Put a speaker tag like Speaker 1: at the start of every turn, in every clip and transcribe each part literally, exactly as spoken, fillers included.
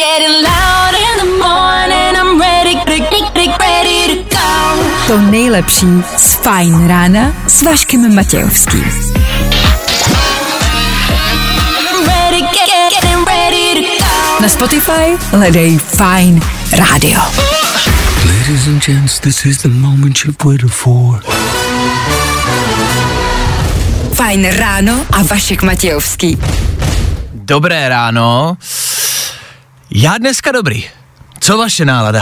Speaker 1: To nejlepší z Fajn rána s Vaškem Matějovským. Na Spotify hledej Fajn rádio.
Speaker 2: Ladies and gents, this is the moment you've waited for.
Speaker 1: Fajn ráno a Vašek Matějovský.
Speaker 3: Dobré ráno. Já dneska dobrý. Co vaše nálada?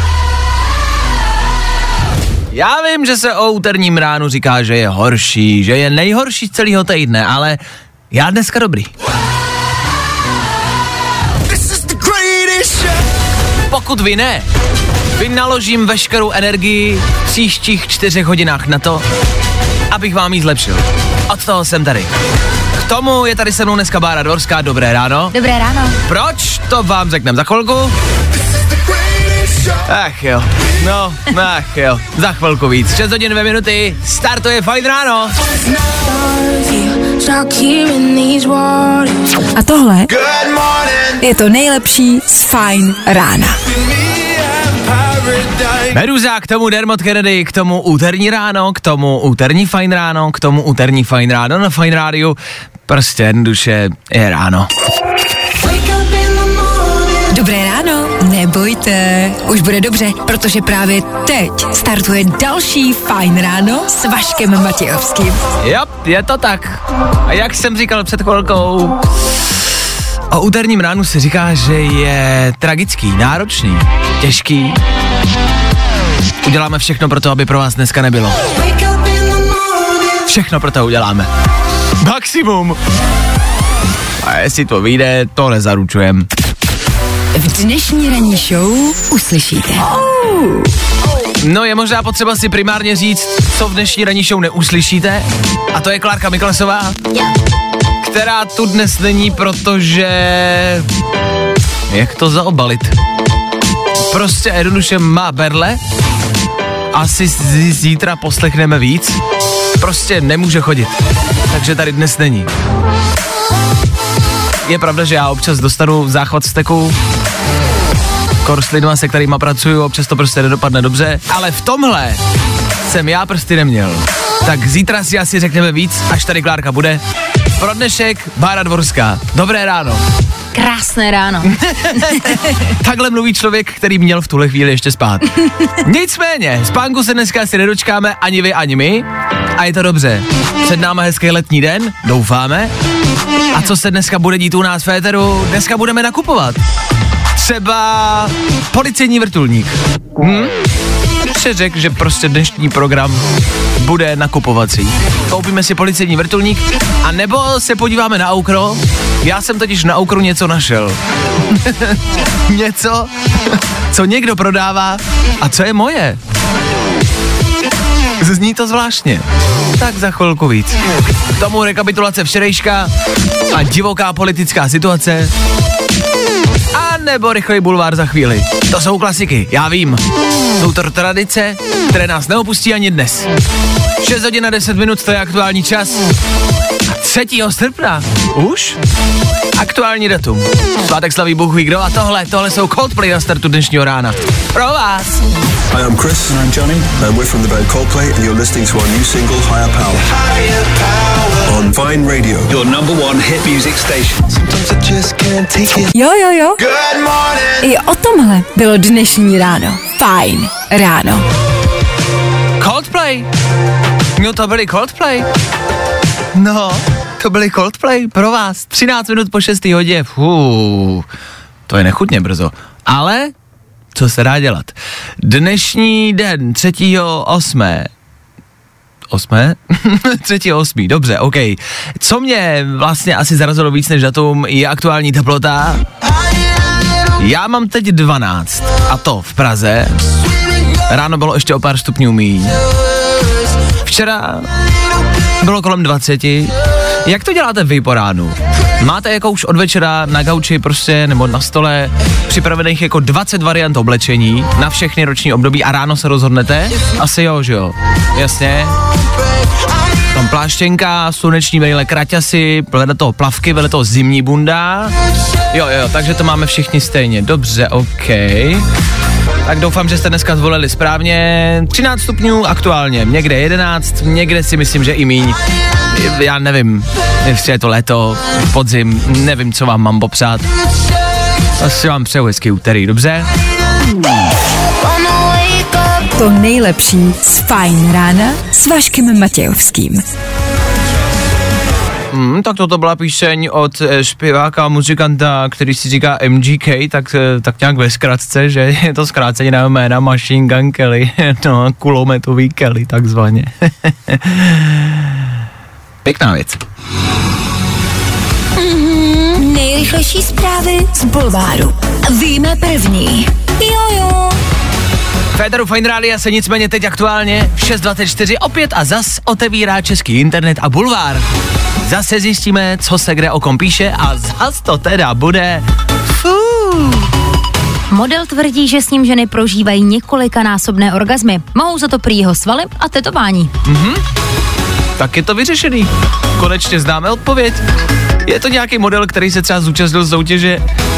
Speaker 3: Já vím, že se o úterním ránu říká, že je horší, že je nejhorší z celého týdne, ale já dneska dobrý. Pokud vy ne, vynaložím veškerou energii v příštích čtyřech hodinách na to, abych vám ji zlepšil. Od toho jsem tady. K tomu je tady se mnou dneska Bára Dvorská. Dobré ráno.
Speaker 4: Dobré ráno.
Speaker 3: Proč? To vám řekneme za chvilku. Ach jo, no, ach jo, za chvilku víc. šest hodin dvě minuty, startuje Fajn ráno.
Speaker 1: A tohle je to nejlepší z Fajn rána.
Speaker 3: Meduza, k tomu Dermot Kennedy, k tomu úterní ráno, k tomu úterní Fajn ráno, k tomu úterní Fajn ráno na Fajn rádiu. Prostě jednoduše je ráno.
Speaker 1: Dobré ráno, nebojte, už bude dobře, protože právě teď startuje další Fajn ráno s Vaškem Matějovským.
Speaker 3: Jo, je to tak. A jak jsem říkal před chvilkou, o úterním ránu se říká, že je tragický, náročný, těžký. Uděláme všechno pro to, aby pro vás dneska nebylo. Všechno pro to uděláme. Maximum. A jestli to vyjde, to nezaručujem.
Speaker 1: V dnešní ranní show uslyšíte.
Speaker 3: No je možná potřeba si primárně říct, co v dnešní ranní show neuslyšíte. A to je Klárka Miklasová, která tu dnes není, protože... Jak to zaobalit? Prostě jednoduše má berle. Asi zítra poslechneme víc. Prostě nemůže chodit. Takže tady dnes není. Je pravda, že já občas dostanu záchvat vzteku, kor s lidma, se kterýma pracuju, občas to prostě nedopadne dobře, ale v tomhle jsem já prsty neměl. Tak zítra si asi řekneme víc, až tady Klárka bude. Pro dnešek Bára Dvorská. Dobré ráno.
Speaker 4: Krásné ráno.
Speaker 3: Takhle mluví člověk, který měl v tuhle chvíli ještě spát. Nicméně, spánku se dneska asi nedočkáme ani vy, ani my. A je to dobře. Před náma hezký letní den, doufáme. A co se dneska bude dít u nás v éteru? Dneska budeme nakupovat. Třeba policejní vrtulník. Hm? Se řek, že prostě dnešní program bude nakupovací. Koupíme si policejní vrtulník a nebo se podíváme na Aukro. Já jsem totiž na Aukru něco našel. Něco, co někdo prodává a co je moje. Zní to zvláštně. Tak za chvilku víc. K tomu rekapitulace včerejška a divoká politická situace. A nebo rychlej bulvár za chvíli. To jsou klasiky, já vím. Jsou to tradice, které nás neopustí ani dnes. šest hodin a deset minut, to je aktuální čas. A třetího srpna už? Aktuální datum. Svátek slaví Bůh ví kdo a tohle, tohle jsou Coldplay na startu dnešního rána. Pro vás.
Speaker 5: Hi, I'm Chris. And I'm Johnny. And we're from the band Coldplay and you're listening to our new single Higher Power. Higher Power. On Fine Radio. Your number one hit music station. Sometimes I just can't take it.
Speaker 1: Jo, jo, jo.
Speaker 5: Good morning.
Speaker 1: I o tomhle bylo dnešní ráno. Fajn ráno.
Speaker 3: Coldplay. No to byli Coldplay. No, to byli Coldplay pro vás. třináct minut po šesté hodině. Fuu, to je nechutně brzo. Ale co se dá dělat? Dnešní den, třetího osmé Osmé? třetího osmý dobře, OK. Co mě vlastně asi zarazilo víc než datum, je aktuální teplota. Já mám teď dvanáct a to v Praze. Ráno bylo ještě o pár stupňů míň. Včera bylo kolem dvacet. Jak to děláte vy po ránu? Máte jako už od večera na gauči prostě nebo na stole připravených jako dvacet variant oblečení na všechny roční období a ráno se rozhodnete? Asi jo, že jo? Jasně. tam pláštěnka, sluneční brýle, kraťasy, vedle toho plavky, vedle toho zimní bunda. Jo, jo, takže to máme všichni stejně. Dobře, OK. Tak doufám, že jste dneska zvolili správně. třináct stupňů aktuálně, někde jedenáct, někde si myslím, že i míň. Já nevím, jestli je to léto, podzim, nevím, co vám mám popřát. Asi vám přeju hezký úterý, dobře?
Speaker 1: To nejlepší z Fajn rána s Vaškem Matějovským.
Speaker 3: Hmm, tak toto byla píseň od e, zpěváka a muzikanta, který si říká M G K, tak, e, tak nějak ve zkratce, že je to zkrácení na jména Machine Gun Kelly, no, kulometový Kelly takzvaně. Pěkná věc.
Speaker 1: Mm-hmm, nejrychlejší zprávy z bulváru. Víme první. Jojo.
Speaker 3: Féteru Fajn rádia se nicméně teď aktuálně šest dvacet čtyři opět a zas otevírá český internet a bulvár. Zase zjistíme, co se kde o kom píše a zas to teda bude fuu.
Speaker 4: Model tvrdí, že s ním ženy prožívají několikanásobné orgazmy. Mohou za to prý jeho svaly a tetování.
Speaker 3: Mhm. Tak je to vyřešený. Konečně známe odpověď. Je to nějaký model, který se třeba zúčastnil soutěže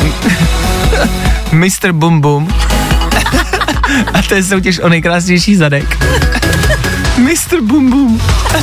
Speaker 3: mister Bum Bum. A to je soutěž o nejkrásnější zadek. mister Bum Bum.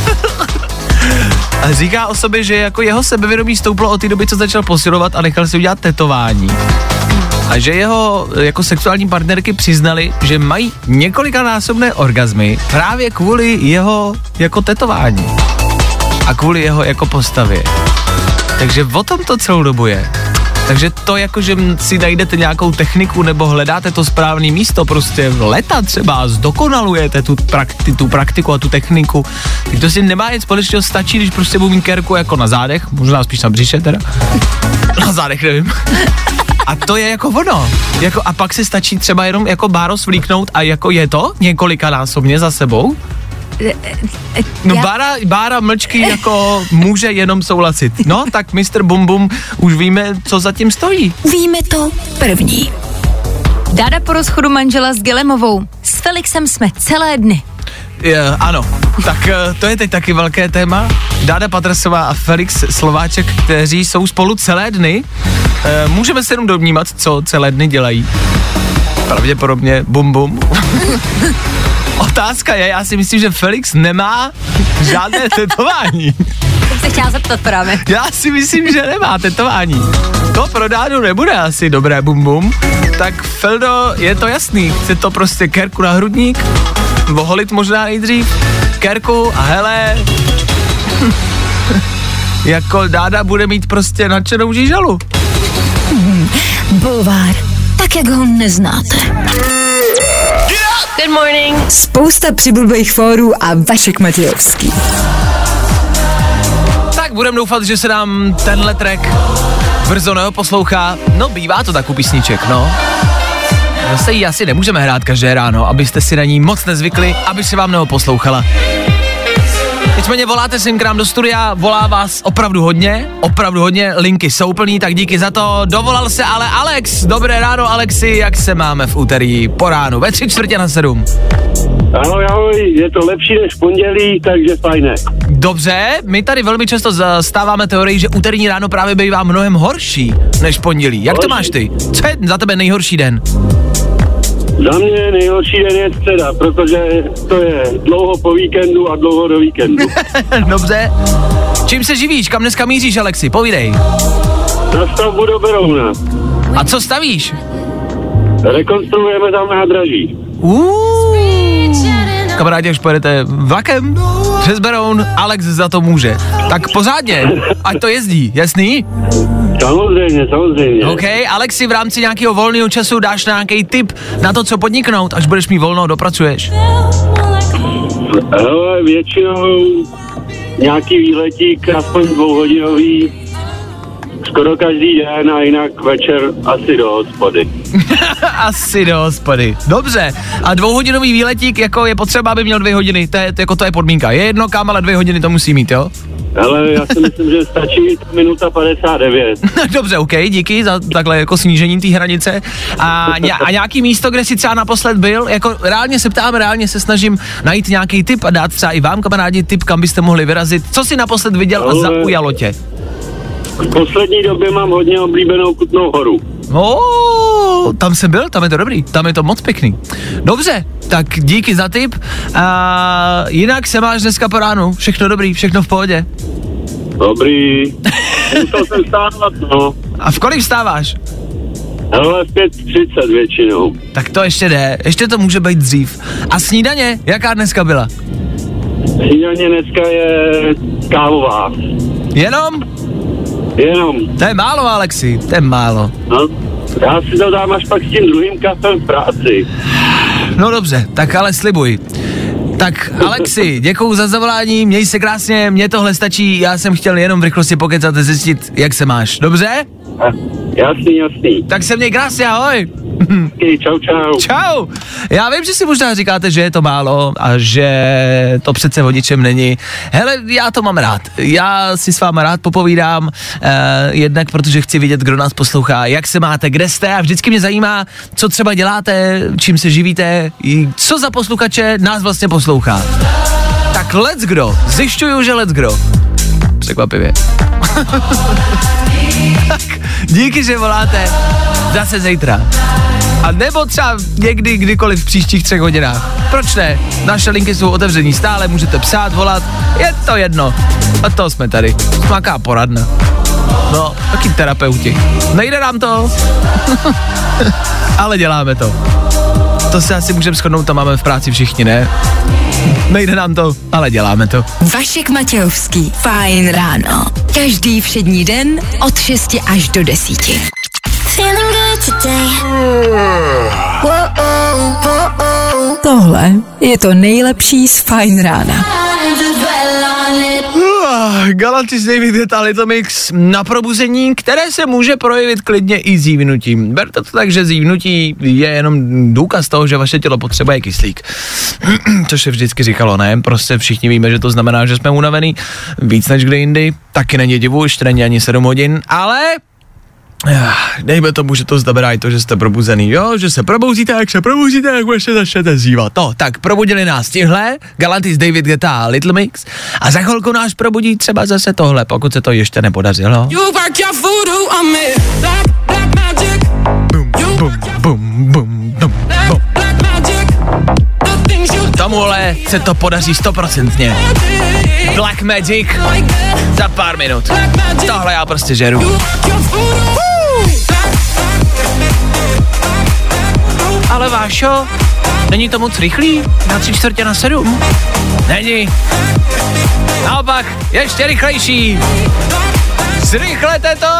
Speaker 3: A říká o sobě, že jako jeho sebevědomí stouplo od té doby, co začal posilovat a nechal si udělat tetování. A že jeho jako sexuální partnerky přiznali, že mají několikanásobné orgazmy právě kvůli jeho jako tetování. A kvůli jeho jako postavě. Takže o tom to celou dobu je. Takže to jako, že si najdete nějakou techniku nebo hledáte to správné místo, prostě leta třeba zdokonalujete tu, prakti, tu praktiku a tu techniku, tak to si nemá nic společného, stačí, když prostě budu mít kerku jako na zádech, možná spíš na břiše teda, na zádech nevím. A to je jako ono, jako a pak si stačí třeba jenom jako báro svlíknout a jako je to několikanásobně za sebou. No Bára, Bára mlčky jako může jenom souhlasit. No, tak mister Bum Bum, už víme, co zatím stojí.
Speaker 1: Víme to první.
Speaker 4: Dáda po rozchodu manžela s Gillemovou. S Felixem jsme celé dny.
Speaker 3: Je, ano, tak to je teď taky velké téma. Dáda Patrasová a Felix Slováček, kteří jsou spolu celé dny. E, můžeme se jenom domnívat, co celé dny dělají. Pravděpodobně bum bum. Otázka je, já si myslím, že Felix nemá žádné tetování.
Speaker 4: Jsem se chtěla zeptat právě.
Speaker 3: Já si myslím, že nemá tetování. To pro Dádu nebude asi dobré bum bum. Tak Feldo, je to jasný, chce to prostě kerku na hrudník, voholit možná nejdřív, kerku a hele, jako Dáda bude mít prostě nadšenou žížalu.
Speaker 1: Hmm, bulvár, tak jak ho neznáte.
Speaker 4: Good morning.
Speaker 1: Spousta přibulbých fórů a Vašek Matějovský.
Speaker 3: Tak budem doufat, že se nám tenhle track brzo neposlouchá. No bývá to tak u písniček, no. Zase ji asi nemůžeme hrát každé ráno, abyste si na ní moc nezvykli, aby se vám neposlouchala. Nicméně voláte sem k nám do studia, volá vás opravdu hodně, opravdu hodně, linky jsou plný, tak díky za to. Dovolal se ale Alex. Dobré ráno, Alexi, jak se máme v úterý po ránu, ve tři čtvrtě na sedm.
Speaker 6: Ahoj, ahoj, je to lepší než pondělí, takže fajné.
Speaker 3: Dobře, my tady velmi často zastáváme teorii, že úterní ráno právě bývá mnohem horší než pondělí. Jak to máš ty? Co je za tebe nejhorší den?
Speaker 6: Za mě nejhorší den je středa, protože to je dlouho po víkendu a dlouho do víkendu.
Speaker 3: Dobře. Čím se živíš? Kam dneska míříš, Alexi? Povídej.
Speaker 6: Na stavbu do Berouna.
Speaker 3: A co stavíš?
Speaker 6: Rekonstruujeme tam nádraží.
Speaker 3: Uuu. Kamarádi, už pojedete vlakem přes Beroun, Alex za to může. Tak pořádně, ať to jezdí, jasný?
Speaker 6: Samozřejmě, samozřejmě.
Speaker 3: OK, Alexi, v rámci nějakého volného času dáš nějaký tip na to, co podniknout, až budeš mít volno, dopracuješ?
Speaker 6: Hele, většinou nějaký výletík, aspoň dvouhodinový, skoro každý den a jinak večer asi do hospody.
Speaker 3: Asi do hospody. Dobře. A dvouhodinový výletík, jako je potřeba, aby měl dvě hodiny. To je, jako to je podmínka. Je jedno kam, ale dvě hodiny to musí mít, jo?
Speaker 6: Ale já si myslím, že stačí minuta padesát devět.
Speaker 3: Dobře, OK, díky za takhle jako snížení té hranice. A, a nějaký místo, kde jsi třeba naposled byl, jako reálně se ptám, reálně se snažím najít nějaký tip a dát třeba i vám, kamarádi, tip, kam byste mohli vyrazit. Co jsi naposled viděl Ale... a zaujalo tě?
Speaker 6: V poslední době mám hodně oblíbenou Kutnou Horu.
Speaker 3: Oh, tam jsem byl, tam je to dobrý, tam je to moc pěkný. Dobře, tak díky za tip. A jinak se máš dneska po ránu, všechno dobrý, všechno v pohodě.
Speaker 6: Dobrý. Musel jsem stávat, no.
Speaker 3: A v kolik vstáváš?
Speaker 6: Ale v pět třicet většinou.
Speaker 3: Tak to ještě jde, ještě to může být dřív. A snídaně, jaká dneska byla?
Speaker 6: Snídaně dneska je kávová.
Speaker 3: Jenom?
Speaker 6: Jenom.
Speaker 3: To je málo, Alexi, to je málo.
Speaker 6: No, já si to dám až pak s tím druhým kafem v práci.
Speaker 3: No dobře, tak ale slibuj. Tak Alexi, děkuju za zavolání, měj se krásně, mně tohle stačí, já jsem chtěl jenom v rychlosti pokecat a zjistit, jak se máš, dobře?
Speaker 6: Jasný, jasný.
Speaker 3: Tak se měj krásně, ahoj.
Speaker 6: Okay, čau, čau.
Speaker 3: Čau. Já vím, že si možná říkáte, že je to málo a že to přece o ničem není. Hele, já to mám rád. Já si s váma rád popovídám, eh, jednak protože chci vidět, kdo nás poslouchá, jak se máte, kde jste a vždycky mě zajímá, co třeba děláte, čím se živíte, co za posluchače nás vlastně poslouchá. Tak let's kdo. Zjišťuju, že let's kdo. Překvapivě. Tak díky, že voláte. Zase zítra. A nebo třeba někdy, kdykoliv v příštích třech hodinách. Proč ne? Naše linky jsou otevřený stále, můžete psát, volat, je to jedno. A to jsme tady. Smaká poradna. No, taky terapeuti. Nejde nám to, ale děláme to. To se asi můžeme shodnout, to máme v práci všichni, ne? Nejde nám to, ale děláme to.
Speaker 1: Vašek Matějovský, Fajn ráno. Každý všední den od šesti až do desíti. Tohle je to nejlepší z Fajn rána.
Speaker 3: Uh, Galantis David Guetta Little Mix na probuzení, které se může projevit klidně i zívnutím. Berte to tak, že zívnutí je jenom důkaz toho, že vaše tělo potřebuje kyslík. Což se vždycky říkalo, ne? Prostě všichni víme, že to znamená, že jsme unavený víc než kdy jindy. Taky není divu, už to není ani sedm hodin, ale dejme tomu, že to znamená i to, že jste probuzený, jo, že se probouzíte, jak se probouzíte, jak ještě začnete zívat. To, tak probudili nás tihle, Galantis David Guetta Little Mix a za chvilku nás probudí třeba zase tohle, pokud se to ještě nepodařilo. Bum, bum, bum, bum, bum, bum. Tomuhle se to podaří stoprocentně. Black Magic za pár minut. Tohle já prostě žeru. Ale Vášo, není to moc rychlý? Na tři čtvrtě na sedm? Není. Naopak, ještě rychlejší. Zrychlete to!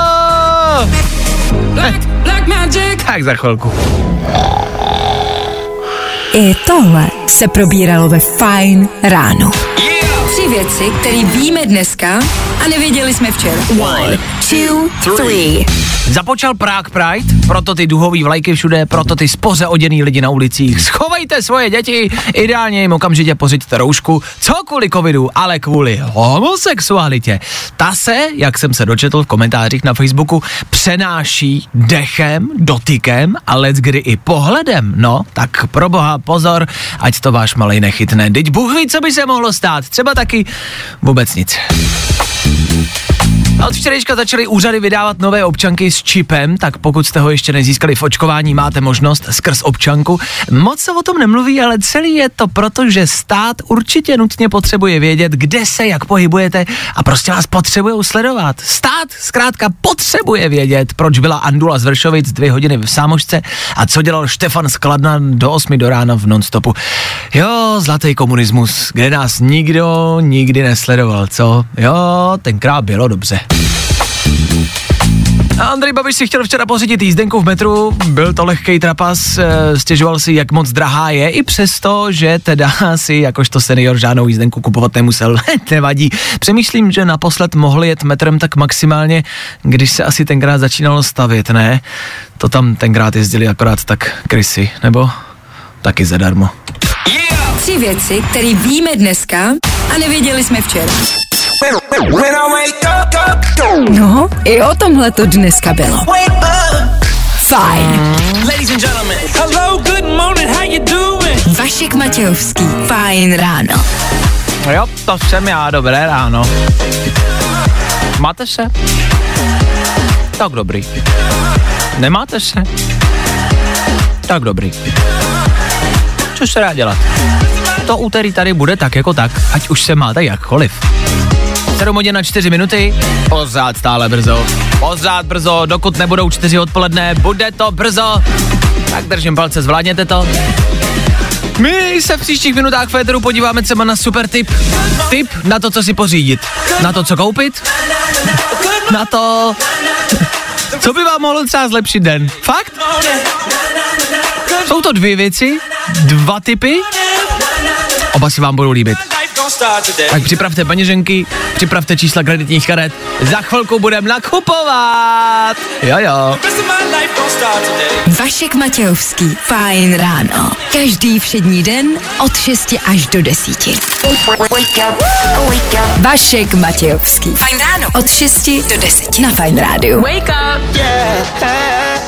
Speaker 3: Tak za chvilku.
Speaker 1: I tohle se probíralo ve Fajn ráno. Tři věci, které víme dneska a nevěděli jsme včera. One, two, three.
Speaker 3: Započal Prague Pride, proto ty duhový vlajky všude, proto ty spoře oděný lidi na ulicích. Schovejte svoje děti, ideálně jim okamžitě pořiďte roušku, co kvůli covidu, ale kvůli homosexualitě. Ta se, jak jsem se dočetl v komentářích na Facebooku, přenáší dechem, dotykem a leckdy i pohledem. No, tak pro boha pozor, ať to váš malej nechytne. Teď Bůh ví, co by se mohlo stát, třeba taky vůbec nic. A od včerejška začaly úřady vydávat nové občanky s čipem, tak pokud jste ho ještě nezískali v očkování, máte možnost skrz občanku. Moc se o tom nemluví, ale celý je to proto, že stát určitě nutně potřebuje vědět, kde se, jak pohybujete a prostě vás potřebuje sledovat. Stát zkrátka potřebuje vědět, proč byla Andula z Vršovic dvě hodiny v Sámošce a co dělal Štefan z Kladna do osmi do rána v nonstopu. Jo, zlatý komunismus, kde nás nikdo nikdy nesledoval, co? Jo, tenkrát bylo dobře. A Andrej Babiš si chtěl včera pořídit jízdenku v metru, byl to lehkej trapas, stěžoval si, jak moc drahá je, i přesto, že teda si jakožto senior žádnou jízdenku kupovat nemusel, nevadí. Přemýšlím, že naposled mohli jet metrem tak maximálně, když se asi tenkrát začínalo stavět, ne? To tam tenkrát jezdili akorát tak krysy, nebo taky zadarmo.
Speaker 1: Tři věci, které víme dneska a nevěděli jsme včera. No, i o tomhle to dneska bylo. Fajn.
Speaker 2: Ladies and gentlemen, hello, good morning, how you doing?
Speaker 1: Vašek Matějovský, Fajn ráno.
Speaker 3: Jo, to jsem já, dobré ráno. Máte se? Tak dobrý. Nemáte se? Tak dobrý. Co se dá dělat? To úterý tady bude tak jako tak, ať už se máte jakkoliv. sedm hodin na čtyři minuty, pořád stále brzo. Pořád brzo, dokud nebudou čtyři odpoledne, bude to brzo. Tak držím palce, zvládněte to. My se v příštích minutách v éteru podíváme třeba na super tip. Tip na to, co si pořídit. Na to, co koupit. Na to, co by vám mohlo třeba zlepšit den. Fakt? Jsou to dvě věci, dva tipy. Oba si vám budou líbit. Tak připravte peněženky, připravte čísla kreditních karet. Za chvilku budeme nakupovat. Jo, jo.
Speaker 1: Vašek Matějovský, Fajn ráno. Každý všední den od šesti až do desíti. Vašek Matějovský, Fajn ráno. Od šesti do deseti na Fajn rádiu. Wake up.
Speaker 3: Yeah.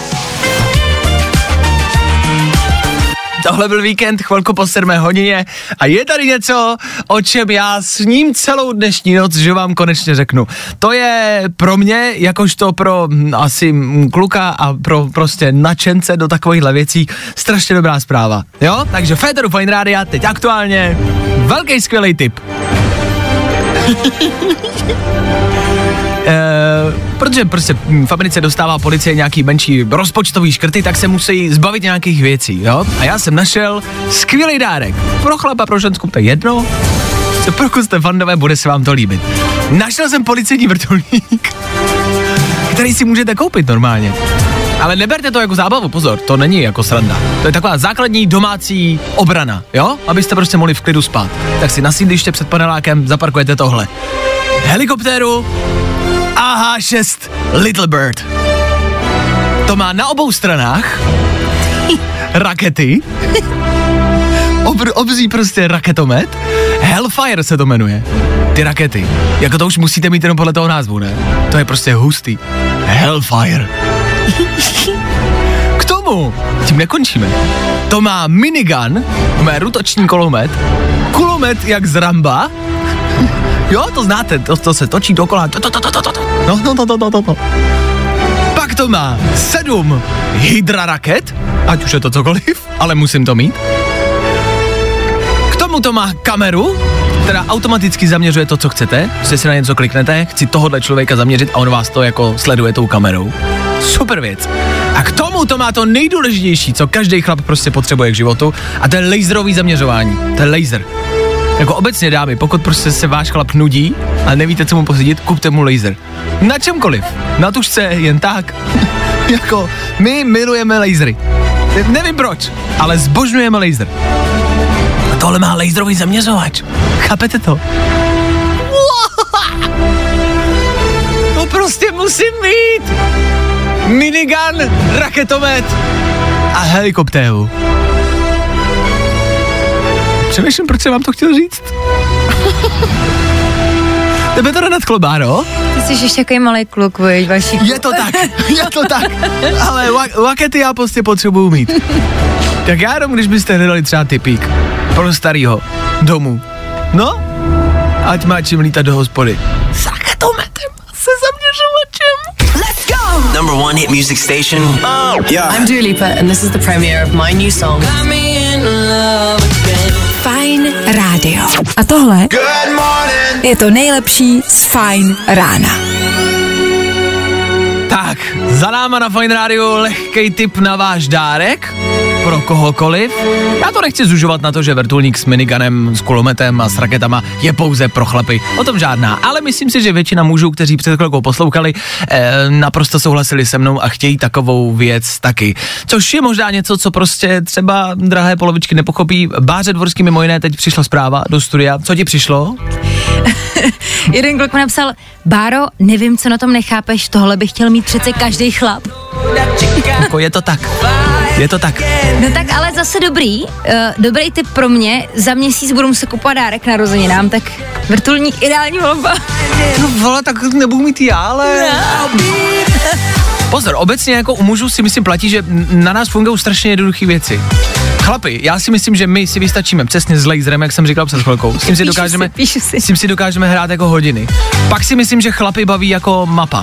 Speaker 3: Tohle byl víkend, chvilku po sedmé hodině a je tady něco, o čem já sním celou dnešní noc, že vám konečně řeknu. To je pro mě, jakožto pro m, asi m, kluka a pro prostě nadšence do takovýchhle věcí, strašně dobrá zpráva. Jo? Takže Féteru Fajn rádia, teď aktuálně, velký skvělý tip. Uh, protože prostě v Americe dostává policie nějaký menší rozpočtový škrty, tak se musí zbavit nějakých věcí, jo? A já jsem našel skvělý dárek. Pro chlapa, pro ženskou, to je jedno. Pokud jste fandové, bude se vám to líbit. Našel jsem policejní vrtulník, který si můžete koupit normálně. Ale neberte to jako zábavu, pozor, to není jako sranda. To je taková základní domácí obrana, jo? Abyste prostě mohli v klidu spát. Tak si na sídliště před panelákem zaparkujete tohle. Helikoptéru A H šest Little Bird. To má na obou stranách rakety, Obr, obří prostě raketomet, Hellfire se to jmenuje. Ty rakety, jako to už musíte mít jenom podle toho názvu, ne? To je prostě hustý. Hellfire. K tomu, tím nekončíme. To má minigun, to má rutoční kulomet, kulomet jak z Ramba. Jo, to znáte, to, to se točí dokola. To, to, to, to, to, to. No, no, no, no, no, no. Pak to má sedm hydra raket, ať už je to cokoliv, ale musím to mít. K tomu to má kameru, která automaticky zaměřuje to, co chcete. Když si na něco kliknete, chci tohohle člověka zaměřit a on vás to jako sleduje tou kamerou. Super věc. A k tomu to má to nejdůležitější, co každý chlap prostě potřebuje k životu, a to je laserový zaměřování. To je laser. Jako obecně, dámy, pokud prostě se váš chlap nudí a nevíte, co mu pořídit, kupte mu laser. Na čemkoliv. Na tužce, jen tak. Jako, my milujeme lasery. Nevím proč, ale zbožňujeme laser. A tohle má laserový zaměřovač. Chápete to? To prostě musím mít. Minigun, raketomet a helikoptéru. Přemýšlím, proč jsem vám to chtěl říct. Tebe to nenadchlo, Báro?
Speaker 4: Ty jsi ještě takový malý kluk, veď, vaší.
Speaker 3: Je to tak, je to tak, ale rakety já prostě potřebuju mít. Tak já jenom, když byste hledali třeba tipík pro starýho domů, no, ať má čím lítat do hospody. S raketometem, se zaměřovačem.
Speaker 1: Let's go!
Speaker 5: Number one hit music station. Oh, yeah.
Speaker 7: I'm Dua Lipa and this is the premiere of my new song.
Speaker 1: Fajn rádio. A tohle je to nejlepší z Fajn rána.
Speaker 3: Tak, za náma na Fajn rádiu lehkej tip na váš dárek pro kohokoliv. Já to nechci zužovat na to, že vrtulník s miniganem, s kulometem a s raketama je pouze pro chlapy. O tom žádná, ale myslím si, že většina mužů, kteří před chvilkou poslouchali, eh, naprosto souhlasili se mnou a chtějí takovou věc taky. Což je možná něco, co prostě třeba drahé polovičky nepochopí. Báře Dvorský mimo jiné teď přišla zpráva do studia. Co ti přišlo?
Speaker 4: Jeden kluk mi napsal: Báro, nevím, co na tom nechápeš, tohle by chtěl mít přece každý chlap.
Speaker 3: Jako je to tak. Je to tak.
Speaker 4: No tak ale zase dobrý, uh, dobrý tip pro mě, za měsíc budu muset kupovat dárek narozeninám, tak Vrtulník, ideální volba.
Speaker 3: No vole, tak nebudu mít já, ale... Pozor, obecně jako u mužů si myslím platí, že na nás fungují strašně jednoduché věci. Chlapi, já si myslím, že my si vystačíme přesně s laserem, jak jsem říkal před chvilkou. S tím si dokážeme,
Speaker 4: si, si.
Speaker 3: S tím si dokážeme hrát jako hodiny. Pak si myslím, že chlapy baví jako mapa.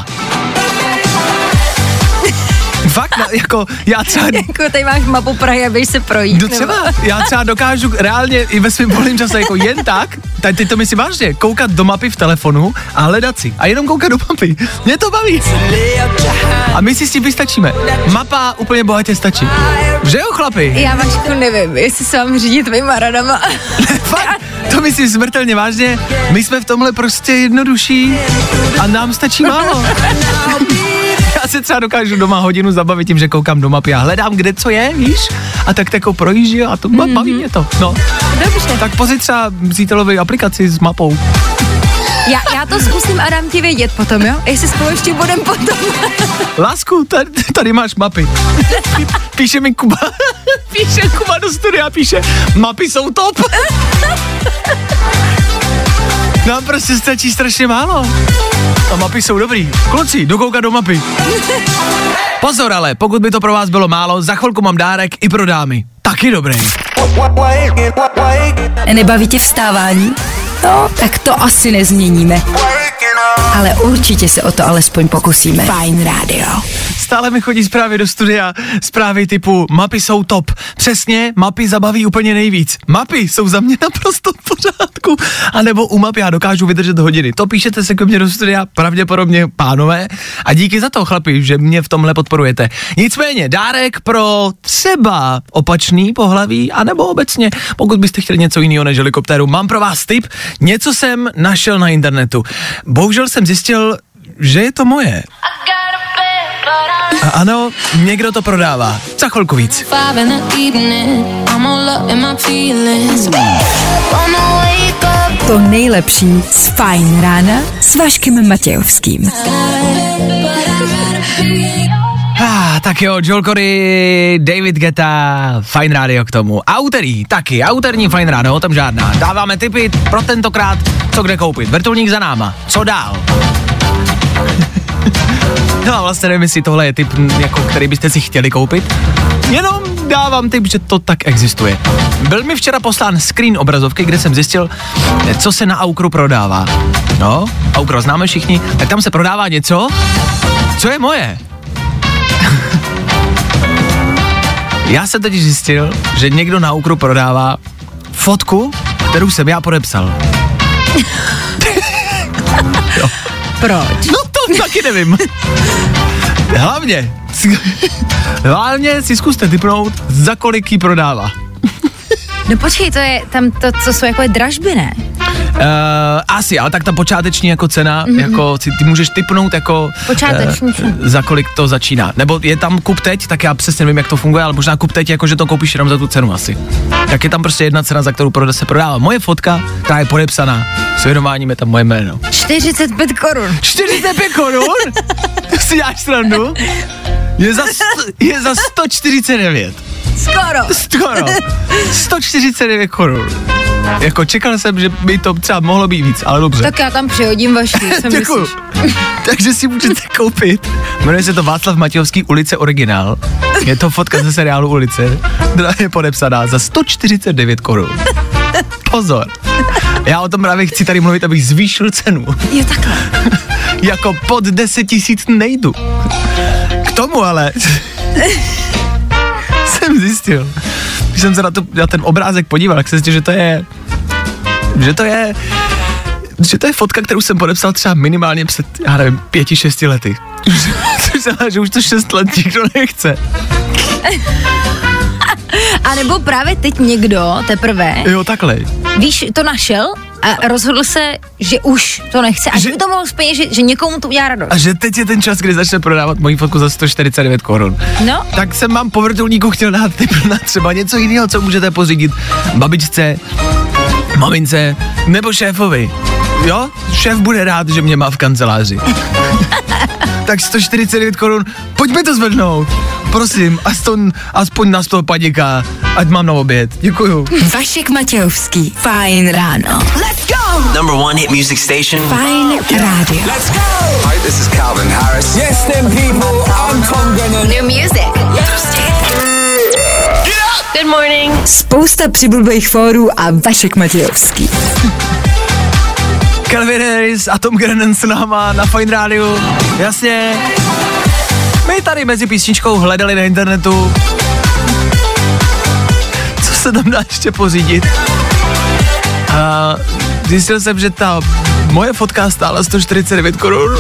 Speaker 3: Fakt, no, jako já třeba...
Speaker 4: jako tady máš mapu Prahy a běž se projít.
Speaker 3: No třeba, já třeba dokážu reálně i ve svém volném čase jako jen tak, tady ty to myslím vážně, koukat do mapy v telefonu a hledat si. A jenom koukat do mapy. Mě to baví. A my si s tím vystačíme. Mapa úplně bohatě stačí. Že jo, chlapi?
Speaker 4: Já Vašku nevím, jestli se mám řídit tvýma radama.
Speaker 3: Fakt, to myslím smrtelně vážně. My jsme v tomhle prostě jednodušší a nám stačí málo. Já se třeba dokážu doma hodinu zabavit tím, že koukám do mapy a hledám, kde co je, víš? A tak jako projíždí a to mm-hmm. baví mě to, no.
Speaker 4: Dobře.
Speaker 3: Tak pozri třeba přítelovi aplikaci s mapou.
Speaker 4: Já, já to zkusím a dám ti vědět potom, jo? Jestli spolu ještě budem potom.
Speaker 3: Lásku, tady, tady máš mapy. Píše mi Kuba, píše Kuba do studia, píše, mapy jsou top. Nám prostě stačí strašně málo. A mapy jsou dobrý. Kluci, dokoukat do mapy. Pozor ale, pokud by to pro vás bylo málo, za chvilku mám dárek i pro dámy. Taky dobrý.
Speaker 1: Nebaví tě vstávání? No, tak to asi nezměníme. Ale určitě se o to alespoň pokusíme. Fajn rádio.
Speaker 3: Stále mi chodí zprávy do studia, zprávy typu mapy jsou top. Přesně, mapy zabaví úplně nejvíc. Mapy jsou za mě naprosto v pořádku. A nebo u mapy já dokážu vydržet hodiny. To píšete se ke mně do studia, pravděpodobně pánové. A díky za to, chlapi, že mě v tomhle podporujete. Nicméně, dárek pro třeba opačný pohlaví, anebo obecně, pokud byste chtěli něco jiného než helikoptéru, mám pro vás tip. Něco jsem našel na internetu. Bohužel jsem zjistil, že je to moje. A ano, někdo to prodává. Za chvilku víc.
Speaker 1: To nejlepší z Fajn rána s Vaškem Matějovským.
Speaker 3: Ah, tak jo, Joel Corey, David Guetta, Fajn rádio k tomu. A úterý, taky, a úterní Fajn ráno, o tom žádná. Dáváme tipy pro tentokrát, co kde koupit. Vrtulník za náma, co dál? No a vlastně nevím, jestli tohle je tip, jako, který byste si chtěli koupit. Jenom dávám tip, že to tak existuje. Byl mi včera poslán screen obrazovky, kde jsem zjistil, co se na Aukru prodává. No, Aukro známe všichni, tak tam se prodává něco, co je moje. Já jsem totiž zjistil, že někdo na Aukru prodává fotku, kterou jsem já podepsal. Jo.
Speaker 4: Proč?
Speaker 3: No to taky nevím. Hlavně, hlavně si zkuste tipnout, za kolik jí prodává.
Speaker 4: No počkej, to je tam to, co jsou jako dražby, ne?
Speaker 3: Uh, asi, ale tak ta počáteční jako cena, mm-hmm. jako si, ty můžeš tipnout jako
Speaker 4: počáteční
Speaker 3: uh, za kolik to začíná. Nebo je tam kup teď, tak já přesně nevím, jak to funguje, ale možná kup teď, jako že to koupíš jenom za tu cenu asi. Tak je tam prostě jedna cena, za kterou se prodává. Moje fotka, která je podepsaná, s věnováním je tam moje jméno.
Speaker 4: čtyřicet pět korun.
Speaker 3: čtyřicet pět korun? Si děláš srandu? Je za, sto, je za sto čtyřicet devět.
Speaker 4: Skoro.
Speaker 3: Skoro. sto čtyřicet devět korun. Jako čekal jsem, že by to třeba mohlo být víc, ale dobře.
Speaker 4: Tak já tam přihodím vaši, co
Speaker 3: děkuju. Takže si můžete koupit. Jmenuje se to Václav Matějovský ulice originál. Je to fotka ze seriálu Ulice. Která je podepsaná za sto čtyřicet devět korun. Pozor. Já o tom právě chci tady mluvit, abych zvýšil cenu.
Speaker 4: Jo, takhle.
Speaker 3: Jako pod deset tisíc nejdu. K tomu ale jsem zjistil, když jsem se na, to, na ten obrázek podíval, tak jsem zjistil, že to je, že to je, že to je fotka, kterou jsem podepsal třeba minimálně před, já nevím, pěti, šesti lety. Což znamená, že už to šest let nikdo nechce.
Speaker 4: A nebo právě teď někdo teprve,
Speaker 3: Jo, takhle.
Speaker 4: víš, to našel a rozhodl se, že už to nechce a že by to mohl zpět, že, že někomu to udělá radost.
Speaker 3: A že teď je ten čas, kdy začne prodávat moji fotku za sto čtyřicet devět korun.
Speaker 4: No.
Speaker 3: Tak jsem mám po vrtulníku chtěl dát tip na třeba něco jiného, co můžete pořídit babičce, mamince nebo šéfovi. Jo? Šéf bude rád, že mě má v kanceláři. Tak sto čtyřicet devět korun, pojďme to zvednout. Prosím, aspoň, aspoň na sto paděka, ať mám na oběd. Děkuju.
Speaker 1: Vašek Matějovský, Fajn ráno. Let's go!
Speaker 5: Number one hit music station.
Speaker 1: Fajn rádio.
Speaker 5: Let's go! Hi, this is Calvin Harris.
Speaker 2: Yes, them people, I'm Tom Grennan.
Speaker 1: New music. Prostě
Speaker 7: Good morning.
Speaker 1: spousta přibulbých fórů a Vašek Matějovský.
Speaker 3: Calvin Harris a Tom Grennan s náma na Fajn rádiu. Jasně. My tady mezi písničkou hledali na internetu, co se tam dá ještě pořídit. A zjistil jsem, že ta moje fotka stála sto čtyřicet devět korun.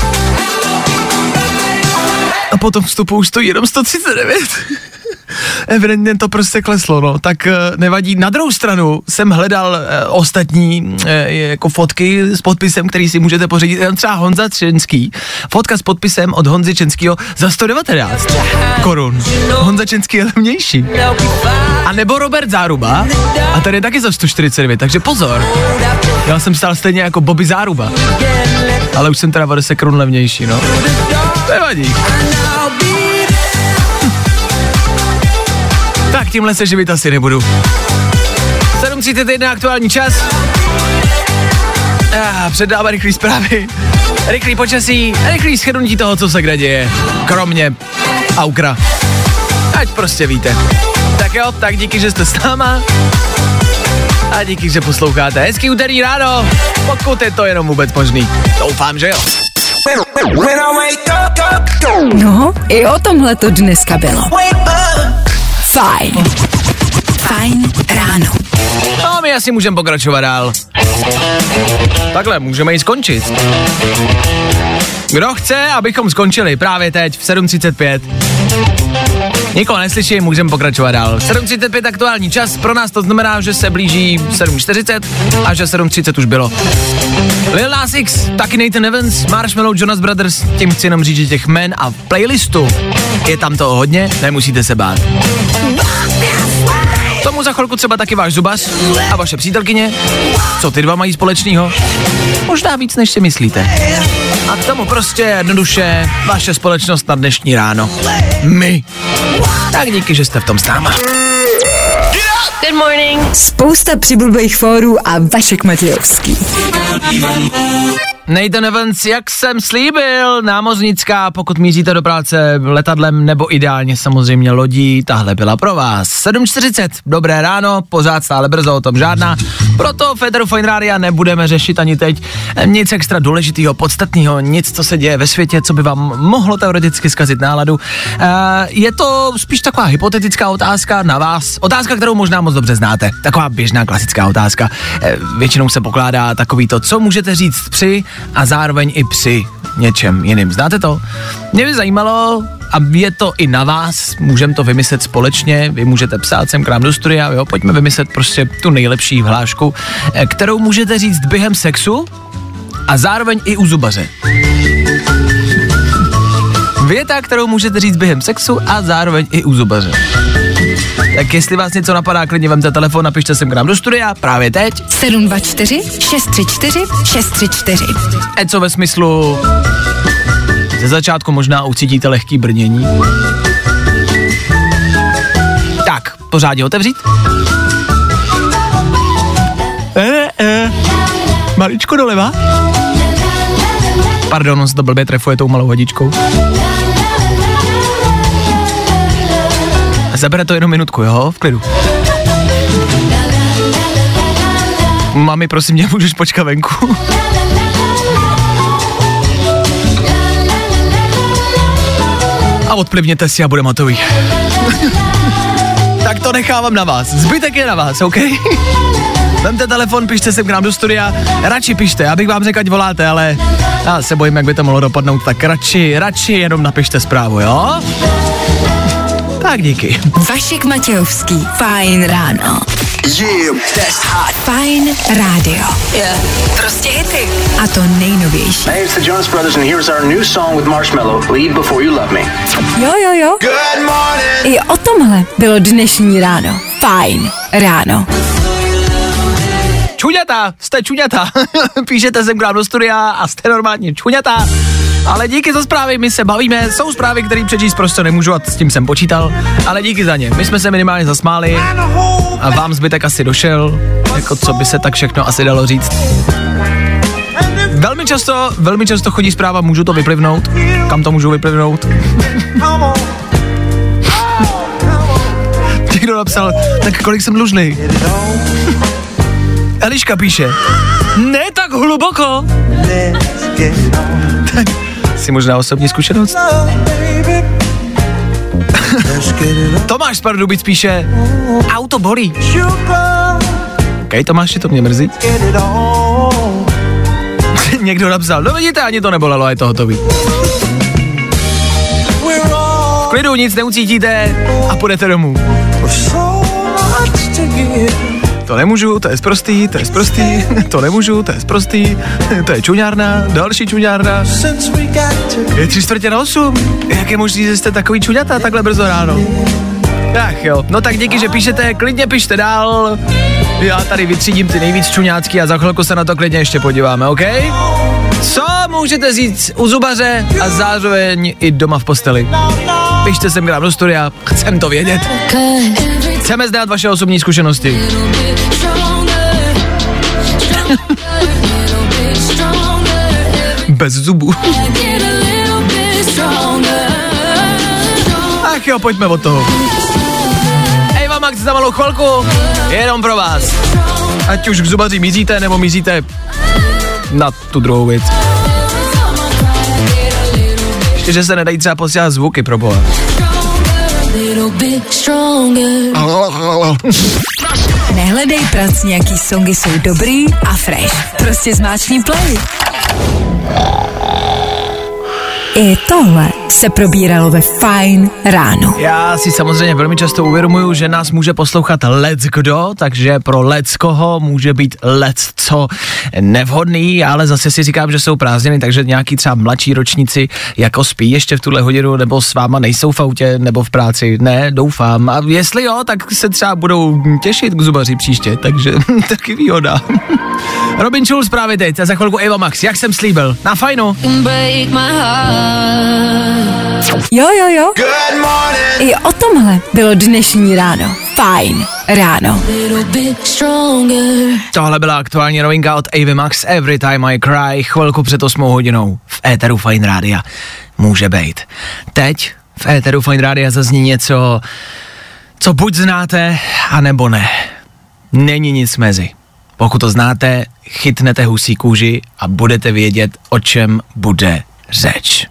Speaker 3: A potom vstupu už stojí jenom sto třicet devět. Evidentně to prostě kleslo, no, tak nevadí. Na druhou stranu jsem hledal eh, ostatní eh, jako fotky s podpisem, který si můžete pořídit, třeba Honza Čenský. Fotka s podpisem od Honzy Čenskýho za sto devatenáct korun. Honza Čenský je levnější. A nebo Robert Záruba, a tady je taky za sto čtyřicet devět, takže pozor. Já jsem stál stejně jako Bobby Záruba, ale už jsem teda o deset korun levnější, no. Nevadí. Tak tímhle se živit asi nebudu. sedm třicet jedna aktuální čas. Ah, předává rychlý zprávy, rychlý počasí, rychlý shrnutí toho, co se kde děje. Kromě Aukra. Ať prostě víte. Tak jo, tak díky, že jste s náma. A díky, že posloucháte. Hezký úterý ráno, pokud je to jenom vůbec možný. Doufám, že jo.
Speaker 1: No, i o tomhle to dneska bylo. Fajn. Fajn ráno.
Speaker 3: No, my asi můžeme pokračovat dál. Takhle, můžeme i skončit. Kdo chce, abychom skončili právě teď v sedm třicet pět? Nikoho neslyším, můžeme pokračovat dál. sedm třicet pět aktuální čas, pro nás to znamená, že se blíží sedm čtyřicet a že sedm třicet už bylo. Lil Nas X, taky Nathan Evans, Marshmello, Jonas Brothers, tím chci jenom říct, že těch men a v playlistu je tam toho hodně, nemusíte se bát. Tomu za chvilku třeba taky váš zubař a vaše přítelkyně. Co ty dva mají společného? Možná víc, než si myslíte. A k tomu prostě jednoduše vaše společnost na dnešní ráno. My. Tak díky, že jste v tom s náma.
Speaker 7: Good morning.
Speaker 1: Spousta přibulbých fórů a Vašek Matějovský.
Speaker 3: Nathan Evans, jak jsem slíbil, námořnická, pokud míříte do práce letadlem nebo ideálně samozřejmě lodí, tahle byla pro vás. sedm čtyřicet, dobré ráno, pořád stále brzo, o tom žádná. Proto v Féteru Fajn rádia nebudeme řešit ani teď nic extra důležitého, podstatného, nic, co se děje ve světě, co by vám mohlo teoreticky zkazit náladu. Je to spíš taková hypotetická otázka na vás, otázka, kterou možná moc dobře znáte, taková běžná klasická otázka. Většinou se pokládá takový to, co můžete říct při a zároveň i při něčem jiným. Znáte to? Mě by zajímalo, a je to i na vás, můžeme to vymyslet společně, vy můžete psát sem k nám do studia, jo, pojďme vymyslet prostě tu nejlepší hlášku, kterou můžete říct během sexu a zároveň i u zubaře. Věta, kterou můžete říct během sexu a zároveň i u zubaře. Tak jestli vás něco napadá, klidně vemte telefon, napište sem k nám do studia, právě teď.
Speaker 1: sedm dva čtyři šest tři čtyři šest tři čtyři.
Speaker 3: E co ve smyslu, ze začátku možná ucítíte lehký brnění. Tak, pořádně otevřít. E, e, maličko doleva. Pardon, on se to blbě trefuje tou malou hodičkou. Zabere to jenom minutku, jo? V klidu. Mami, prosím mě, můžeš počkat venku? A odplivněte si a budeme hotový. Tak to nechávám na vás. Zbytek je na vás, OK? Vemte telefon, pište sem k nám do studia. Radši pište, abych vám řekl, ať voláte, ale já se bojím, jak by to mohlo dopadnout, tak radši, radši jenom napište zprávu, jo? Tak díky.
Speaker 1: Vašek Matějovský, Fajn ráno.
Speaker 5: Yeah, that's hot.
Speaker 1: Fajn rádio.
Speaker 7: Yeah.
Speaker 1: Prostě hity. A to nejnovější.
Speaker 8: Hey, it's the Jonas Brothers and here's our new song with Marshmello, Leave Before You Love Me.
Speaker 1: Jo, jo, jo.
Speaker 5: Good morning.
Speaker 1: I o tomhle bylo dnešní ráno. Fajn ráno.
Speaker 3: Čuňata, jste čuňata. Píšete sem k nám do studia a jste normálně čuňata. Ale díky za zprávy, my se bavíme, jsou zprávy, které přečíst prostě nemůžu a s tím jsem počítal, ale díky za ně. My jsme se minimálně zasmáli a vám zbytek asi došel, jako co by se tak všechno asi dalo říct. Velmi často, velmi často chodí zpráva, můžu to vyplivnout, kam to můžu vyplivnout? Někdo napsal, tak kolik jsem dlužný? Eliška píše, ne tak hluboko. Tak si možná osobní zkušenost. Tomáš z Pardubic píše, auto bolí. Okej, Tomáši, to mě mrzí. Někdo napsal, no vidíte, ani to nebolelo, je to hotový. V klidu nic neucítíte a půjdete domů. To nemůžu, to je sprostý, to je sprostý, to nemůžu, to je sprostý, to je čuňárna, další čuňárna. Je tři čtvrtě na osm, jak je možný, že jste takový čuňata takhle brzo ráno? Ach jo, no tak díky, že píšete, klidně pište dál. Já tady vytřídím ty nejvíc čuňácký a za chvilku se na to klidně ještě podíváme, OK? Co můžete říct u zubaře a zároveň i doma v posteli? Pište sem k nám do studia, chcem to vědět. Chceme znát vaše osobní zkušenosti. Bez zubů. Ach jo, pojďme od toho. Eva Max za malou chvilku, jenom pro vás. Ať už k zubaři míříte, nebo míříte na tu druhou věc. Ještě, že se nedají třeba posílat zvuky, pro boha.
Speaker 1: Nehledej prac, nějaký songy jsou dobrý a fresh. Prostě zmáčkni play. I tohle se probíralo ve Fajn ráno.
Speaker 3: Já si samozřejmě velmi často uvědomuju, že nás může poslouchat leckdo, takže pro leckoho může být lecco nevhodný, ale zase si říkám, že jsou prázdniny, takže nějaký třeba mladší ročníci jako spí ještě v tuhle hodinu, nebo s váma nejsou v autě, nebo v práci, ne, doufám. A jestli jo, tak se třeba budou těšit k zubaři příště, takže taky výhoda. Robin Schulz právě teď a za chvilku Eva Max, jak jsem slíbil, na Fajnu.
Speaker 1: Jo, jo, jo. I o tomhle bylo dnešní ráno. Fajn ráno.
Speaker 3: Tohle byla aktuální novinka od Avy Max, Every Time I Cry, chvilku před osmou hodinou v éteru Fajn rádia. Může být. Teď v éteru Fajn rádia zazní něco, co buď znáte, anebo ne. Není nic mezi. Pokud to znáte, chytnete husí kůži a budete vědět, o čem bude řeč.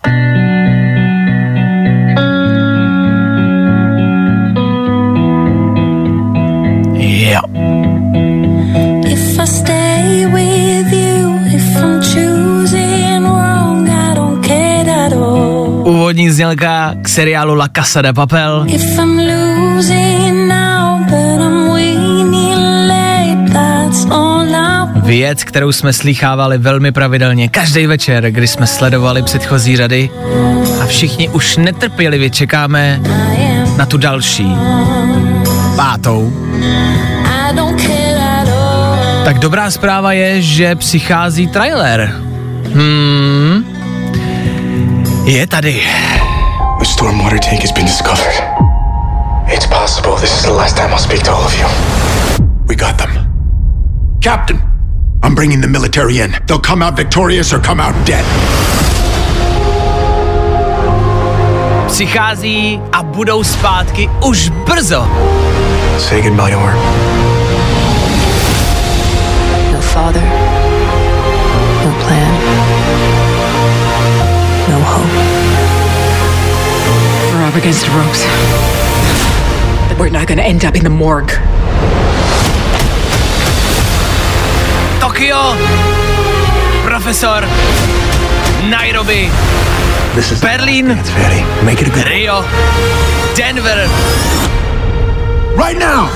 Speaker 3: Jo. Úvodní znělka k seriálu La Casa de Papel. Věc, kterou jsme slýchávali velmi pravidelně každý večer, kdy jsme sledovali předchozí řady a všichni už netrpělivě čekáme na tu další, pátou. Tak dobrá zpráva je, že přichází trailer. Hmm. Je tady.
Speaker 9: The stormwater tank has been discovered. It's possible this is the last time I'll speak to all of you. We got them. Captain, I'm bringing the military in. They'll come out victorious or come out dead.
Speaker 3: Přichází a budou zpátky už brzo.
Speaker 9: Say goodbye to her.
Speaker 10: No father, no plan, no hope. We're up against the ropes. But we're not gonna end up in the morgue.
Speaker 3: Tokio, profesor, Nairobi, Berlín, Rio, Denver.
Speaker 9: Right now!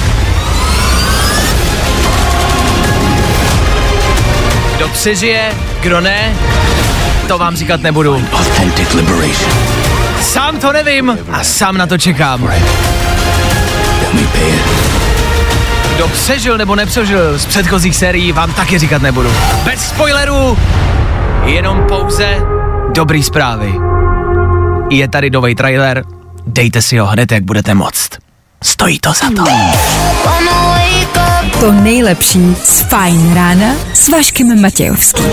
Speaker 3: Kdo přežije, kdo ne, to vám říkat nebudu.
Speaker 9: Authentic liberation.
Speaker 3: Sám to nevím a sám na to čekám. Kdo přežil nebo nepřežil z předchozích sérií, vám taky říkat nebudu. Bez spoilerů, jenom pouze dobrý zprávy. Je tady nový trailer, dejte si ho hned, jak budete moct. Stojí to za to.
Speaker 1: To nejlepší z Fajn rána s Vaškem Matějovským.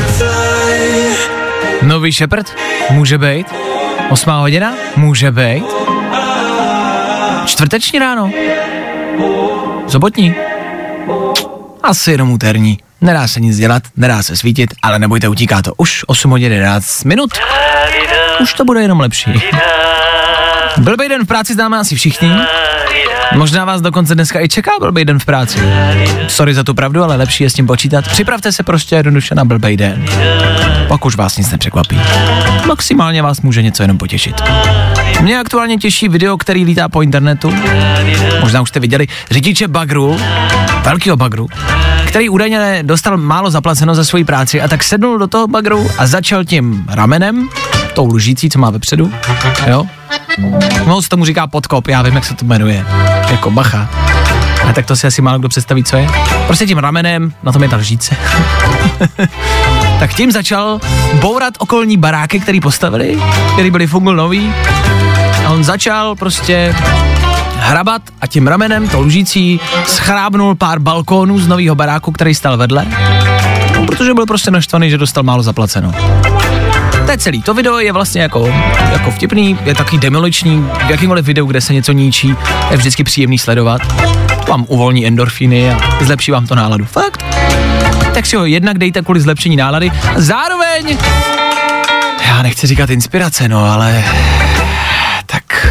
Speaker 3: Nový Shepherd? Může být. Osmá hodina? Může být. Čtvrteční ráno? Sobotní? Asi jenom úterní. Nedá se nic dělat, nedá se svítit, ale nebojte, utíká to. Už osm hodin jedenáct minut. Už to bude jenom lepší. Blbej den v práci známe asi všichni. Možná vás dokonce dneska i čeká blbej den v práci. Sorry za tu pravdu, ale lepší je s tím počítat. Připravte se prostě jednoduše na blbej den. Pak už vás nic nepřekvapí. Maximálně vás může něco jenom potěšit. Mě aktuálně těší video, který lítá po internetu. Možná už jste viděli řidiče bagru, velkýho bagru, který údajně dostal málo zaplaceno za svoji práci a tak sednul do toho bagru a začal tím ramenem, tou lžící, co má vepředu, jo? No, se tomu říká podkop, já vím, jak se to jmenuje, jako bacha. A tak to si asi málo kdo představí, co je. Prostě tím ramenem, na tom je ta lžíce. Tak tím začal bourat okolní baráky, který postavili, který byli fungl nový. A on začal prostě hrabat a tím ramenem, tou lžící, schrábnul pár balkónů z nového baráku, který stál vedle. No, protože byl prostě naštvaný, že dostal málo zaplaceno. To je celý. To video je vlastně jako, jako vtipný, je takový demoliční, v jakýmkoliv videu, kde se něco ničí, je vždycky příjemný sledovat. Vám uvolní endorfíny a zlepší vám to náladu. Fakt. Tak si ho jednak dejte kvůli zlepšení nálady. A zároveň, já nechci říkat inspirace, no, ale tak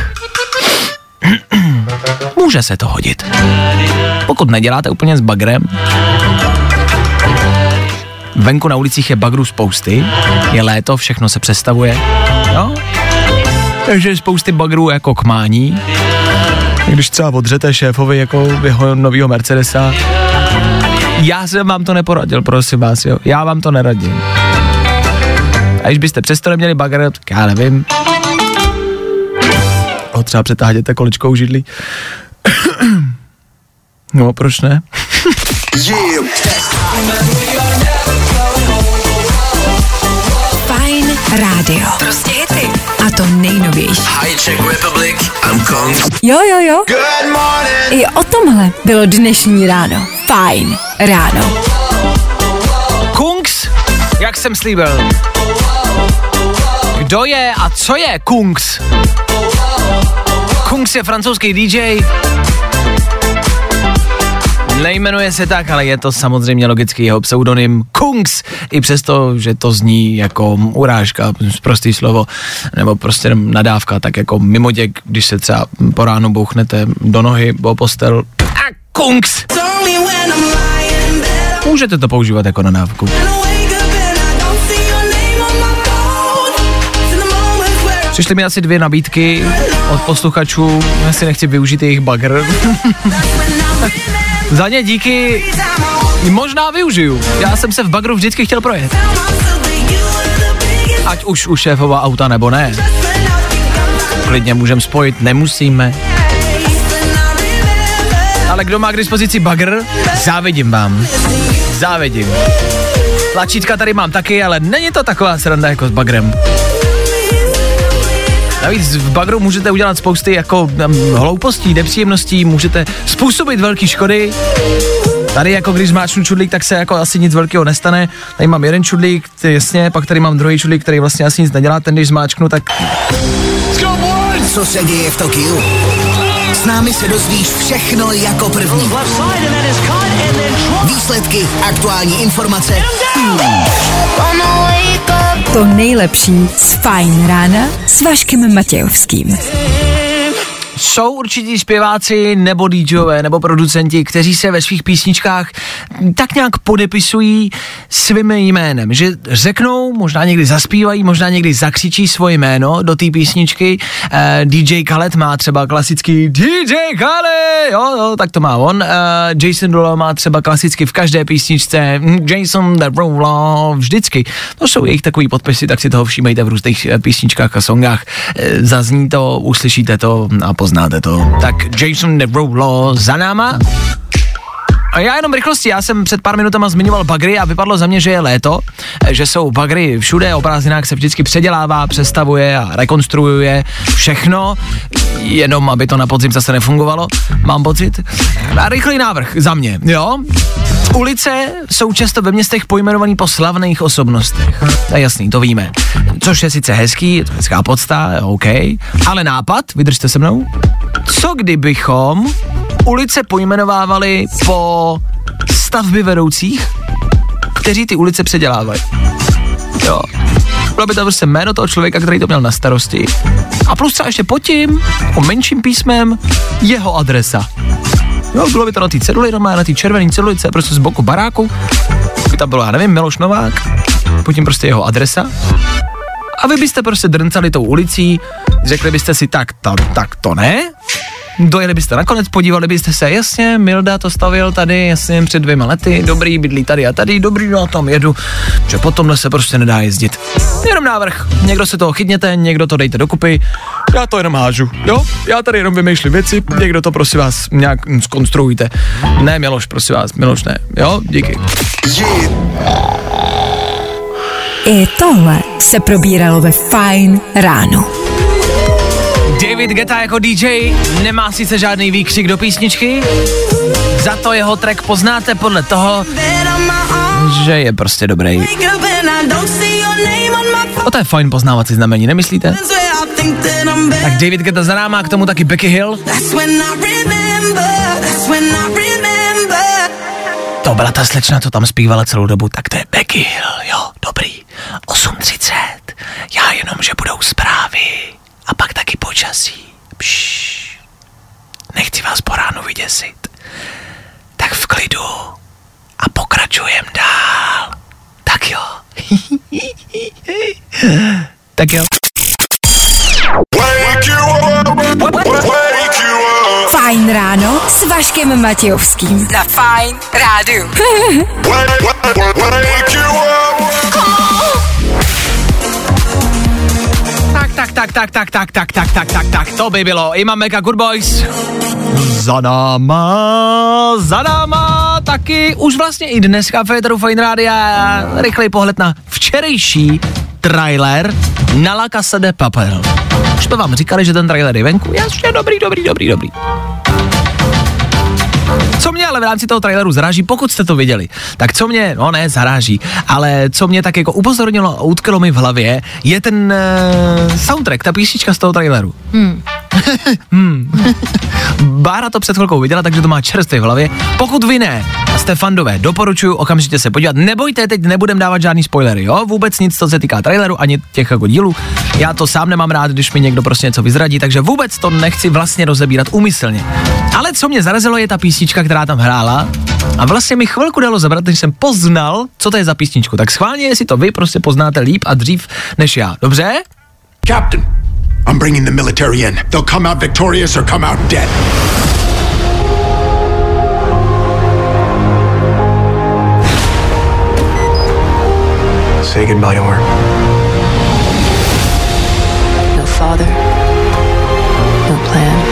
Speaker 3: může se to hodit. Pokud neděláte úplně s bagrem, venku na ulicích je bagru spousty, je léto, všechno se přestavuje, no, takže spousty bagrů jako k mání. Když třeba odřete šéfovi jako jeho novýho Mercedesa, já jsem vám to neporadil, prosím vás, jo, já vám to neradím. A když byste přesto neměli bagr, tak já nevím, ho třeba přetáhněte količkou židlí. No, proč ne?
Speaker 1: Fajn rádio. Prostě hity. A to nejnovější.
Speaker 5: Hi Czech Republic, I'm Kong.
Speaker 1: Jo, jo, jo.
Speaker 5: Good morning.
Speaker 1: I o tomhle bylo dnešní ráno. Fajn ráno.
Speaker 3: Kungs, jak jsem slíbil. Kdo je a co je Kungs? Kungs je francouzský D J. Nejmenuje se tak, ale je to samozřejmě logicky jeho pseudonym Kungs, i přesto, že to zní jako urážka, prostý slovo, nebo prostě nadávka, tak jako mimoděk, když se třeba po ránu bouchnete do nohy o postel a Kungs. Můžete to používat jako nadávku. Přišly mi asi dvě nabídky od posluchačů, já si nechci využít jejich bagr. Za ně díky, možná využiju. Já jsem se v bagru vždycky chtěl projet. Ať už u šéfova auta nebo ne. Klidně můžeme spojit, nemusíme. Ale kdo má k dispozici bagr, závidím vám. Závidím. Tlačítka tady mám taky, ale není to taková sranda jako s bagrem. Navíc v bagru můžete udělat spousty jako um, hloupostí, nepříjemností, můžete způsobit velké škody. Tady jako když zmáčknu čudlík, tak se jako asi nic velkého nestane. Tady mám jeden čudlík, jasně, pak tady mám druhý čudlík, který vlastně asi nic nedělá, ten když zmáčknu, tak...
Speaker 11: Co se děje v Tokiu? S námi se dozvíš všechno jako první. Výsledky, aktuální informace.
Speaker 1: To nejlepší z Fajn rána s Vaškem Matějovským.
Speaker 3: Jsou určití zpěváci nebo DJové nebo producenti, kteří se ve svých písničkách tak nějak podepisují svým jménem, že řeknou, možná někdy zaspívají, možná někdy zakřičí svoje jméno do té písničky. Uh, D J Khaled má třeba klasický D J Khaled, jo, jo, tak to má on. Uh, Jason Derulo má třeba klasicky v každé písničce Jason Derulo, vždycky. To jsou jejich takový podpisy, tak si toho všímejte v různých písničkách a songách. Uh, zazní to, uslyšíte to a poznáte to. Tak Jason Derulo za náma. A já jenom rychlosti, já jsem před pár minutama zmiňoval bagry a vypadlo za mě, že je léto, že jsou bagry všude, o prázdninách se vždycky předělává, přestavuje a rekonstruuje všechno, jenom aby to na podzim zase nefungovalo, mám pocit. A rychlý návrh za mě, jo? Ulice jsou často ve městech pojmenovaný po slavných osobnostech. To je jasný, to víme. Což je sice hezký, je to hezká podsta, OK, ale nápad, vydržte se mnou, co kdybychom ulice pojmenovávali po stavby vedoucích, kteří ty ulice předělávají. Jo. Bylo by to prostě jméno toho člověka, který to měl na starosti. A plus třeba ještě pod tím, o menším písmem, jeho adresa. Jo, bylo by to na té ceduli, normálně na té červené cedulice, prostě z boku baráku. By tam bylo, já nevím, Miloš Novák, pod tím prostě jeho adresa. A vy byste prostě drncali tou ulicí, řekli byste si, tak, to, tak to ne. Dojeli byste nakonec, podívali byste se, jasně, Milda to stavil tady, jasně, před dvěma lety, dobrý, bydlí tady a tady, dobrý, no tam jedu, že potom se prostě nedá jezdit. Jenom návrh, někdo se toho chytněte, někdo to dejte dokupy, já to jenom hážu, jo, já tady jenom vymýšlím věci, někdo to prosím vás nějak zkonstruujte. Ne, Miloš, prosím vás, Miloš ne, jo, díky.
Speaker 1: I tohle se probíralo ve Fajn ráno.
Speaker 3: David Guetta jako D J nemá sice žádný výkřik do písničky, za to jeho track poznáte podle toho, že je prostě dobrý. O to je fajn poznávací znamení, nemyslíte? Tak David Guetta za náma, k tomu taky Becky Hill. To byla ta slečna, co tam zpívala celou dobu, tak to je Becky Hill, jo, dobrý. osm třicet, já jenom, že budou zprávy. A pak taky počasí. Pšš. Nechci vás po ránu vyděsit. Tak v klidu. A pokračujem dál. Tak jo. Tak jo.
Speaker 1: Fajn ráno s Vaškem Matějovským. Na Fajn rádiu.
Speaker 3: Tak, tak, tak, tak, tak, tak, tak, tak, tak, tak, to by bylo. Imam Mega Good Boys. Za náma, za náma, taky už vlastně i dneska v Féteru Fajn rádia rychlej pohled na včerejší trailer na La Casa de Papel. Už jsme vám říkali, že ten trailer je venku, jasně, dobrý, dobrý, dobrý, dobrý. Co mě ale v rámci toho traileru zaráží, pokud jste to viděli, tak co mě, no ne zaráží, ale co mě tak jako upozornilo a utkalo mi v hlavě, je ten uh, soundtrack, ta písnička z toho traileru. Hmm. hmm. Bára to před chvilkou viděla, takže to má čerstvě v hlavě. Pokud vy ne a jste fandové, doporučuji okamžitě se podívat. Nebojte, teď nebudem dávat žádný spoilery, jo? Vůbec nic, co se týká traileru, ani těch jako dílů. Já to sám nemám rád, když mi někdo prostě něco vyzradí, takže vůbec to nechci vlastně rozebírat úmyslně. Ale co mě zarazilo, je ta písnička, která tam hrála. A vlastně mi chvilku dalo zabrat, než jsem poznal, co to je za písničku. Tak schválně, jestli to vy prostě poznáte líp a dřív než já. Dobře?
Speaker 9: Captain, I'm bringing the military in. They'll come out victorious or come out dead.
Speaker 5: Say goodbye to her.
Speaker 10: No father, no plan,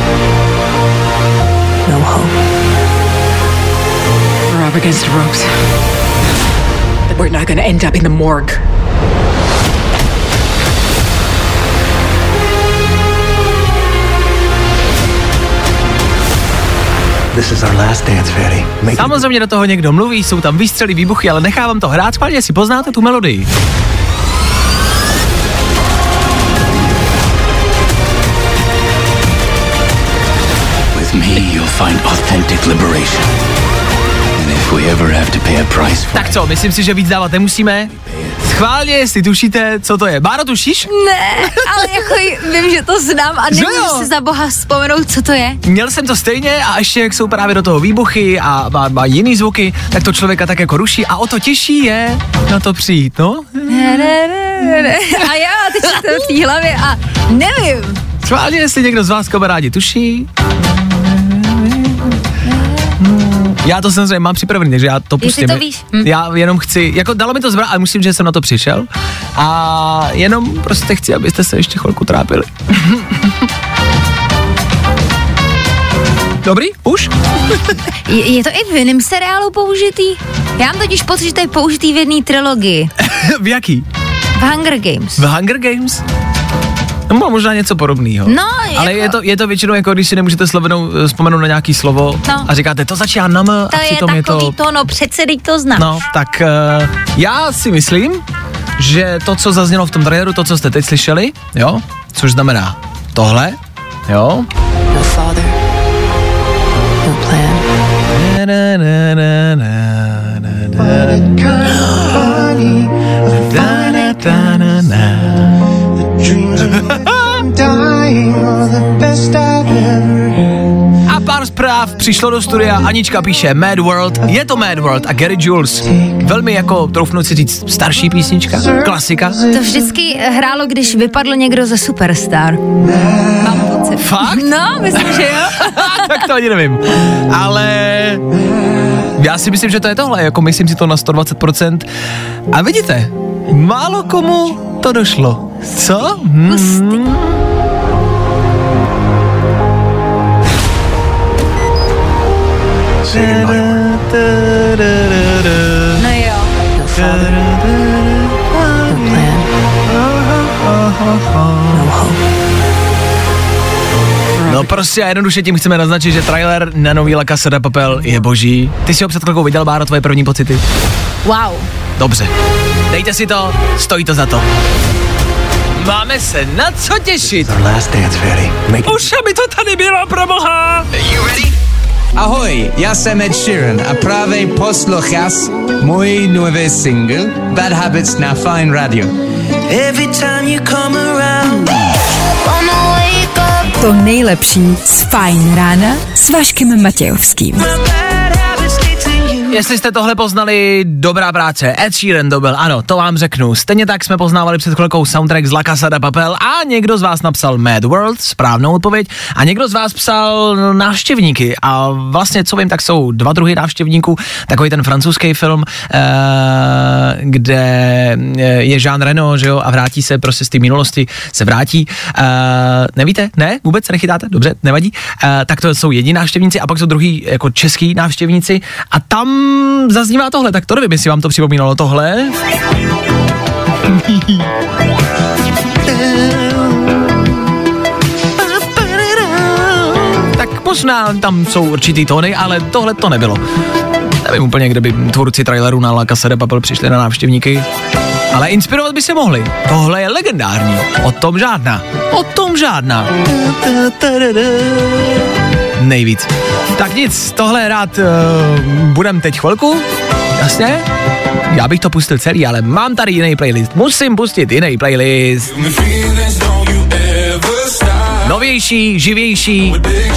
Speaker 10: no hope. We're up against the ropes. We're not gonna end up in the morgue.
Speaker 5: This is our last dance, Fatty. Make
Speaker 3: Samozřejmě do toho někdo mluví, jsou tam výstřely, výbuchy, ale nechávám to hrát, schválně si poznáte tu melodii.
Speaker 2: With me, you'll find authentic liberation. And if we ever have to pay a price for
Speaker 3: Tak co, myslím si, že víc dávat nemusíme. Schválně, jestli tušíte, co to je. Báro, tušíš?
Speaker 4: Ne, ale jako vím, že to znám a nemůžu si za boha vzpomenout, co to je.
Speaker 3: Měl jsem to stejně a ještě jak jsou právě do toho výbuchy a má, má jiný zvuky, tak to člověka tak jako ruší a o to těžší je na to přijít, no?
Speaker 4: Ne, ne, ne, ne. A já teď jsem v té hlavě a nevím.
Speaker 3: Schválně, jestli někdo z vás kamarádi tuší. Já to samozřejmě mám připravený, takže já to pustím.
Speaker 4: Jestli to víš. Hm.
Speaker 3: Já jenom chci, jako dalo mi to zbrat, ale musím, že jsem na to přišel. A jenom prostě chci, abyste se ještě chvilku trápili. Dobrý? Už?
Speaker 4: je, je to i v jiném seriálu použitý? Já mám totiž pocit, že to je použitý v jedné trilogii.
Speaker 3: V jaký?
Speaker 4: V Hunger Games.
Speaker 3: V Hunger Games? No, možná něco podobného.
Speaker 4: No,
Speaker 3: ale
Speaker 4: jako...
Speaker 3: je, to, je to většinou jako, když si nemůžete slovenou vzpomenout na nějaký slovo no. a říkáte, to začíná na m a přitom je to...
Speaker 4: To je takový to, no přece teď to znáš.
Speaker 3: No, tak uh, já si myslím, že to, co zaznělo v tom traileru, to, co jste teď slyšeli, jo, což znamená tohle, jo.
Speaker 10: No father, no plan.
Speaker 3: Na, na, na, na, na, na, na, na. A pár zpráv přišlo do studia, Anička píše Mad World, je to Mad World a Gary Jules, velmi jako, troufnu si říct, starší písnička, klasika.
Speaker 4: To vždycky hrálo, když vypadl někdo ze Superstar. Mám pocit.
Speaker 3: Fakt?
Speaker 4: No, myslím, že jo.
Speaker 3: Tak to ani nevím, ale já si myslím, že to je tohle, jako myslím si to na sto dvacet procent a vidíte, málo komu to došlo. Co? Hmm.
Speaker 4: No jo.
Speaker 10: No father, no plan. No hope.
Speaker 3: No prostě a jednoduše tím chceme naznačit, že trailer na nový La Casa de Papel je boží. Ty jsi ho před chvilkou viděl, Báro, tvoje první pocity?
Speaker 4: Wow.
Speaker 3: Dobře. Dejte si to, stojí to za to. Máme se na co těšit. Už aby to tady bylo, proboha.
Speaker 12: Ahoj, já jsem Ed Sheeran a právě posloucháš můj nový single Bad Habits na Fine Radio. Every time you come around,
Speaker 1: to nejlepší z Fajn rána s Vaškem Matějovským.
Speaker 3: Jestli jste tohle poznali, dobrá práce. Ed Sheeran to byl, ano, to vám řeknu. Stejně tak jsme poznávali před chvilkou soundtrack z La Casa de Papel a někdo z vás napsal Mad World, správnou odpověď, a někdo z vás psal Návštěvníky. A vlastně, co vím, tak jsou dva druhy Návštěvníků. Takový ten francouzský film, eh, kde je Jean Reno, že jo, a vrátí se prostě z té minulosti, se vrátí. Eh, nevíte? Ne? Vůbec se nechytáte? Dobře, nevadí. Eh, tak to jsou jediní návštěvníci a pak jsou druhý jako český návštěvníci a tam zaznívá tohle, tak to nevím, jestli vám to připomínalo tohle. Tak možná tam jsou určitý tóny, ale tohle to nebylo. Nevím úplně, kde by tvůrci traileru na La Casa de Papel přišli na návštěvníky, ale inspirovat by se mohli. Tohle je legendární. O tom žádná. O tom žádná. Nejvíc. Tak nic, tohle rád uh, budem teď chvilku, jasně? Já bych to pustil celý, ale mám tady jiný playlist. Musím pustit jiný playlist. Novější, živější.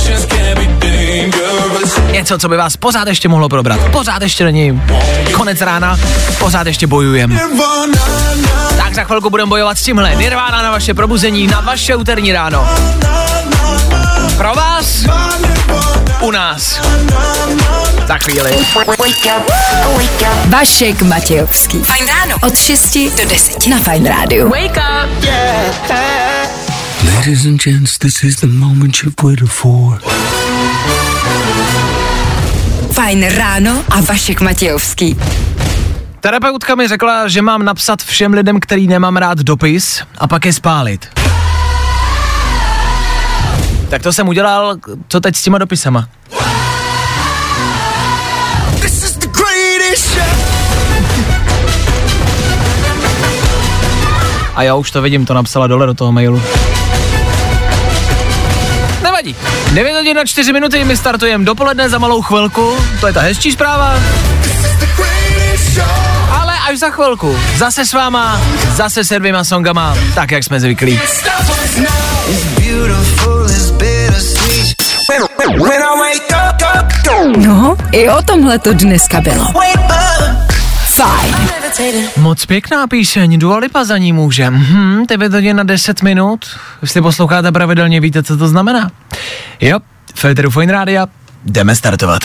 Speaker 3: Něco, co by vás pořád ještě mohlo probrat. Pořád ještě není konec rána, pořád ještě bojujem. Tak za chvilku budeme bojovat s tímhle. Nirvana na vaše probuzení, na vaše úterní ráno. Pro vás, u nás. Za chvíli.
Speaker 1: Vašek Matějovský. Fajn ráno. Od šesti do deseti na Fajn rádiu.
Speaker 10: Wake up.
Speaker 5: Yeah. Ladies and gents, this is the moment you've waited for.
Speaker 1: Fajn ráno a Vašek Matějovský.
Speaker 3: Terapeutka mi řekla, že mám napsat všem lidem, který nemám rád, dopis a pak je spálit. Tak to jsem udělal, co teď s těma dopisama. A já už to vidím, to napsala dole do toho mailu. Nevadí. devět hodin na čtyři minuty, my startujeme dopoledne za malou chvilku, to je ta hezčí zpráva. Ale až za chvilku, zase s váma, zase se dvěma songama, tak jak jsme zvyklí.
Speaker 1: No, i o tomhle to dneska bylo. Fajn.
Speaker 3: Moc pěkná píseň, Dua Lipa za ní můžem. Hm, devět hodin na deset minut. Jestli posloucháte pravidelně, víte, co to znamená. Jo, filtru Fajn rádia, jdeme startovat.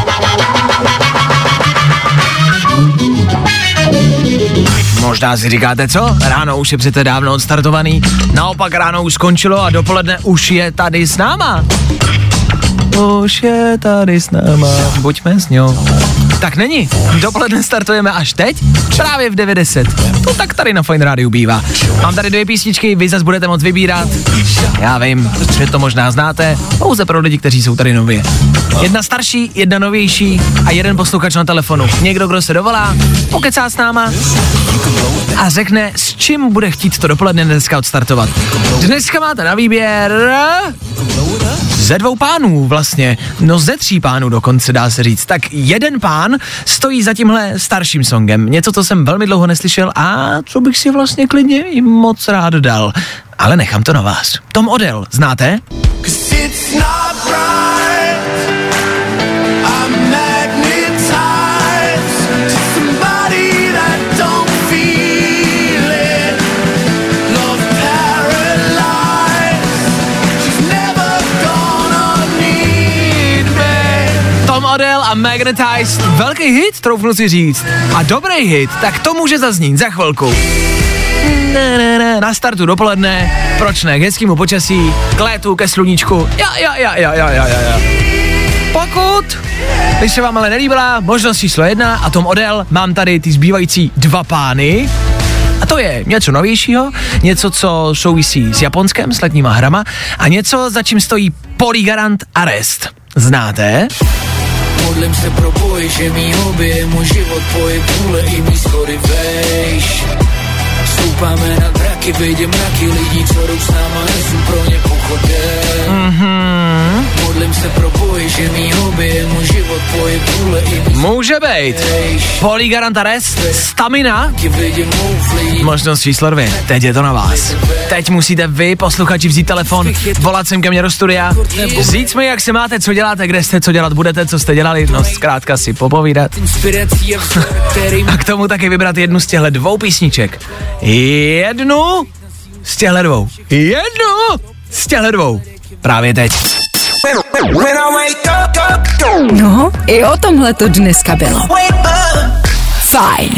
Speaker 3: Možná si říkáte, co? Ráno už je přece dávno odstartovaný. Naopak ráno už skončilo a dopoledne už je tady s náma. už je tady s náma, buďme s ňou. Tak není, dopoledne startujeme až teď, právě v devět deset. No tak tady na Fine Rádiu bývá. Mám tady dvě písničky, vy zase budete moct vybírat. Já vím, že to možná znáte, pouze pro lidi, kteří jsou tady nově. Jedna starší, jedna novější a jeden posluchač na telefonu. Někdo, kdo se dovolá, pokecá s náma a řekne, s čím bude chtít to dopoledne dneska odstartovat. Dneska máte na výběr ze dvou pánů vlastně, no ze tří pánů dokonce dá se říct. Tak jeden pán stojí za tímhle starším songem, něco, co jsem velmi dlouho neslyšel a co bych si vlastně klidně i moc rád dal. Ale nechám to na vás. Tom Odell, znáte? Odell a Magnetized, velký hit, troufnu si říct. A dobrý hit, tak to může zaznít za chvilku. Ne, ne, ne, na startu dopoledne, proč ne, k hezkému počasí, k létu, ke sluníčku, ja, ja, ja, ja, ja, ja, ja. Pokud by se vám ale nelíbila možnost číslo jedna a Tom Odell, mám tady ty zbývající dva pány. A to je něco novějšího, něco, co souvisí s Japonskem, s letníma hrama a něco, za čím stojí Polygarant Arrest. Znáte?
Speaker 13: Modlím se pro boj, že mý hobby je můj život, poje půle i mý story vejš. Stoupáme na draky, vidím mraky lidí, co jdou s náma, nejsou pro ně pochodem. Mm-hmm. Modlím se pro boj, že mý hobby je můj život, poje půle i mý
Speaker 3: může být. Polygarant Arrest, Stamina. Možnost číslo dvě, teď je to na vás. Teď musíte vy, posluchači, vzít telefon, volat sem ke mně do studia, říct mi, jak se máte, co děláte, kde jste, co dělat budete, co jste dělali, no zkrátka si popovídat. A k tomu taky vybrat jednu z těchto dvou písniček. Jednu z těchto dvou. Jednu z těchto dvou. Právě teď.
Speaker 1: No, i o tomhle to dneska bylo. Fajn.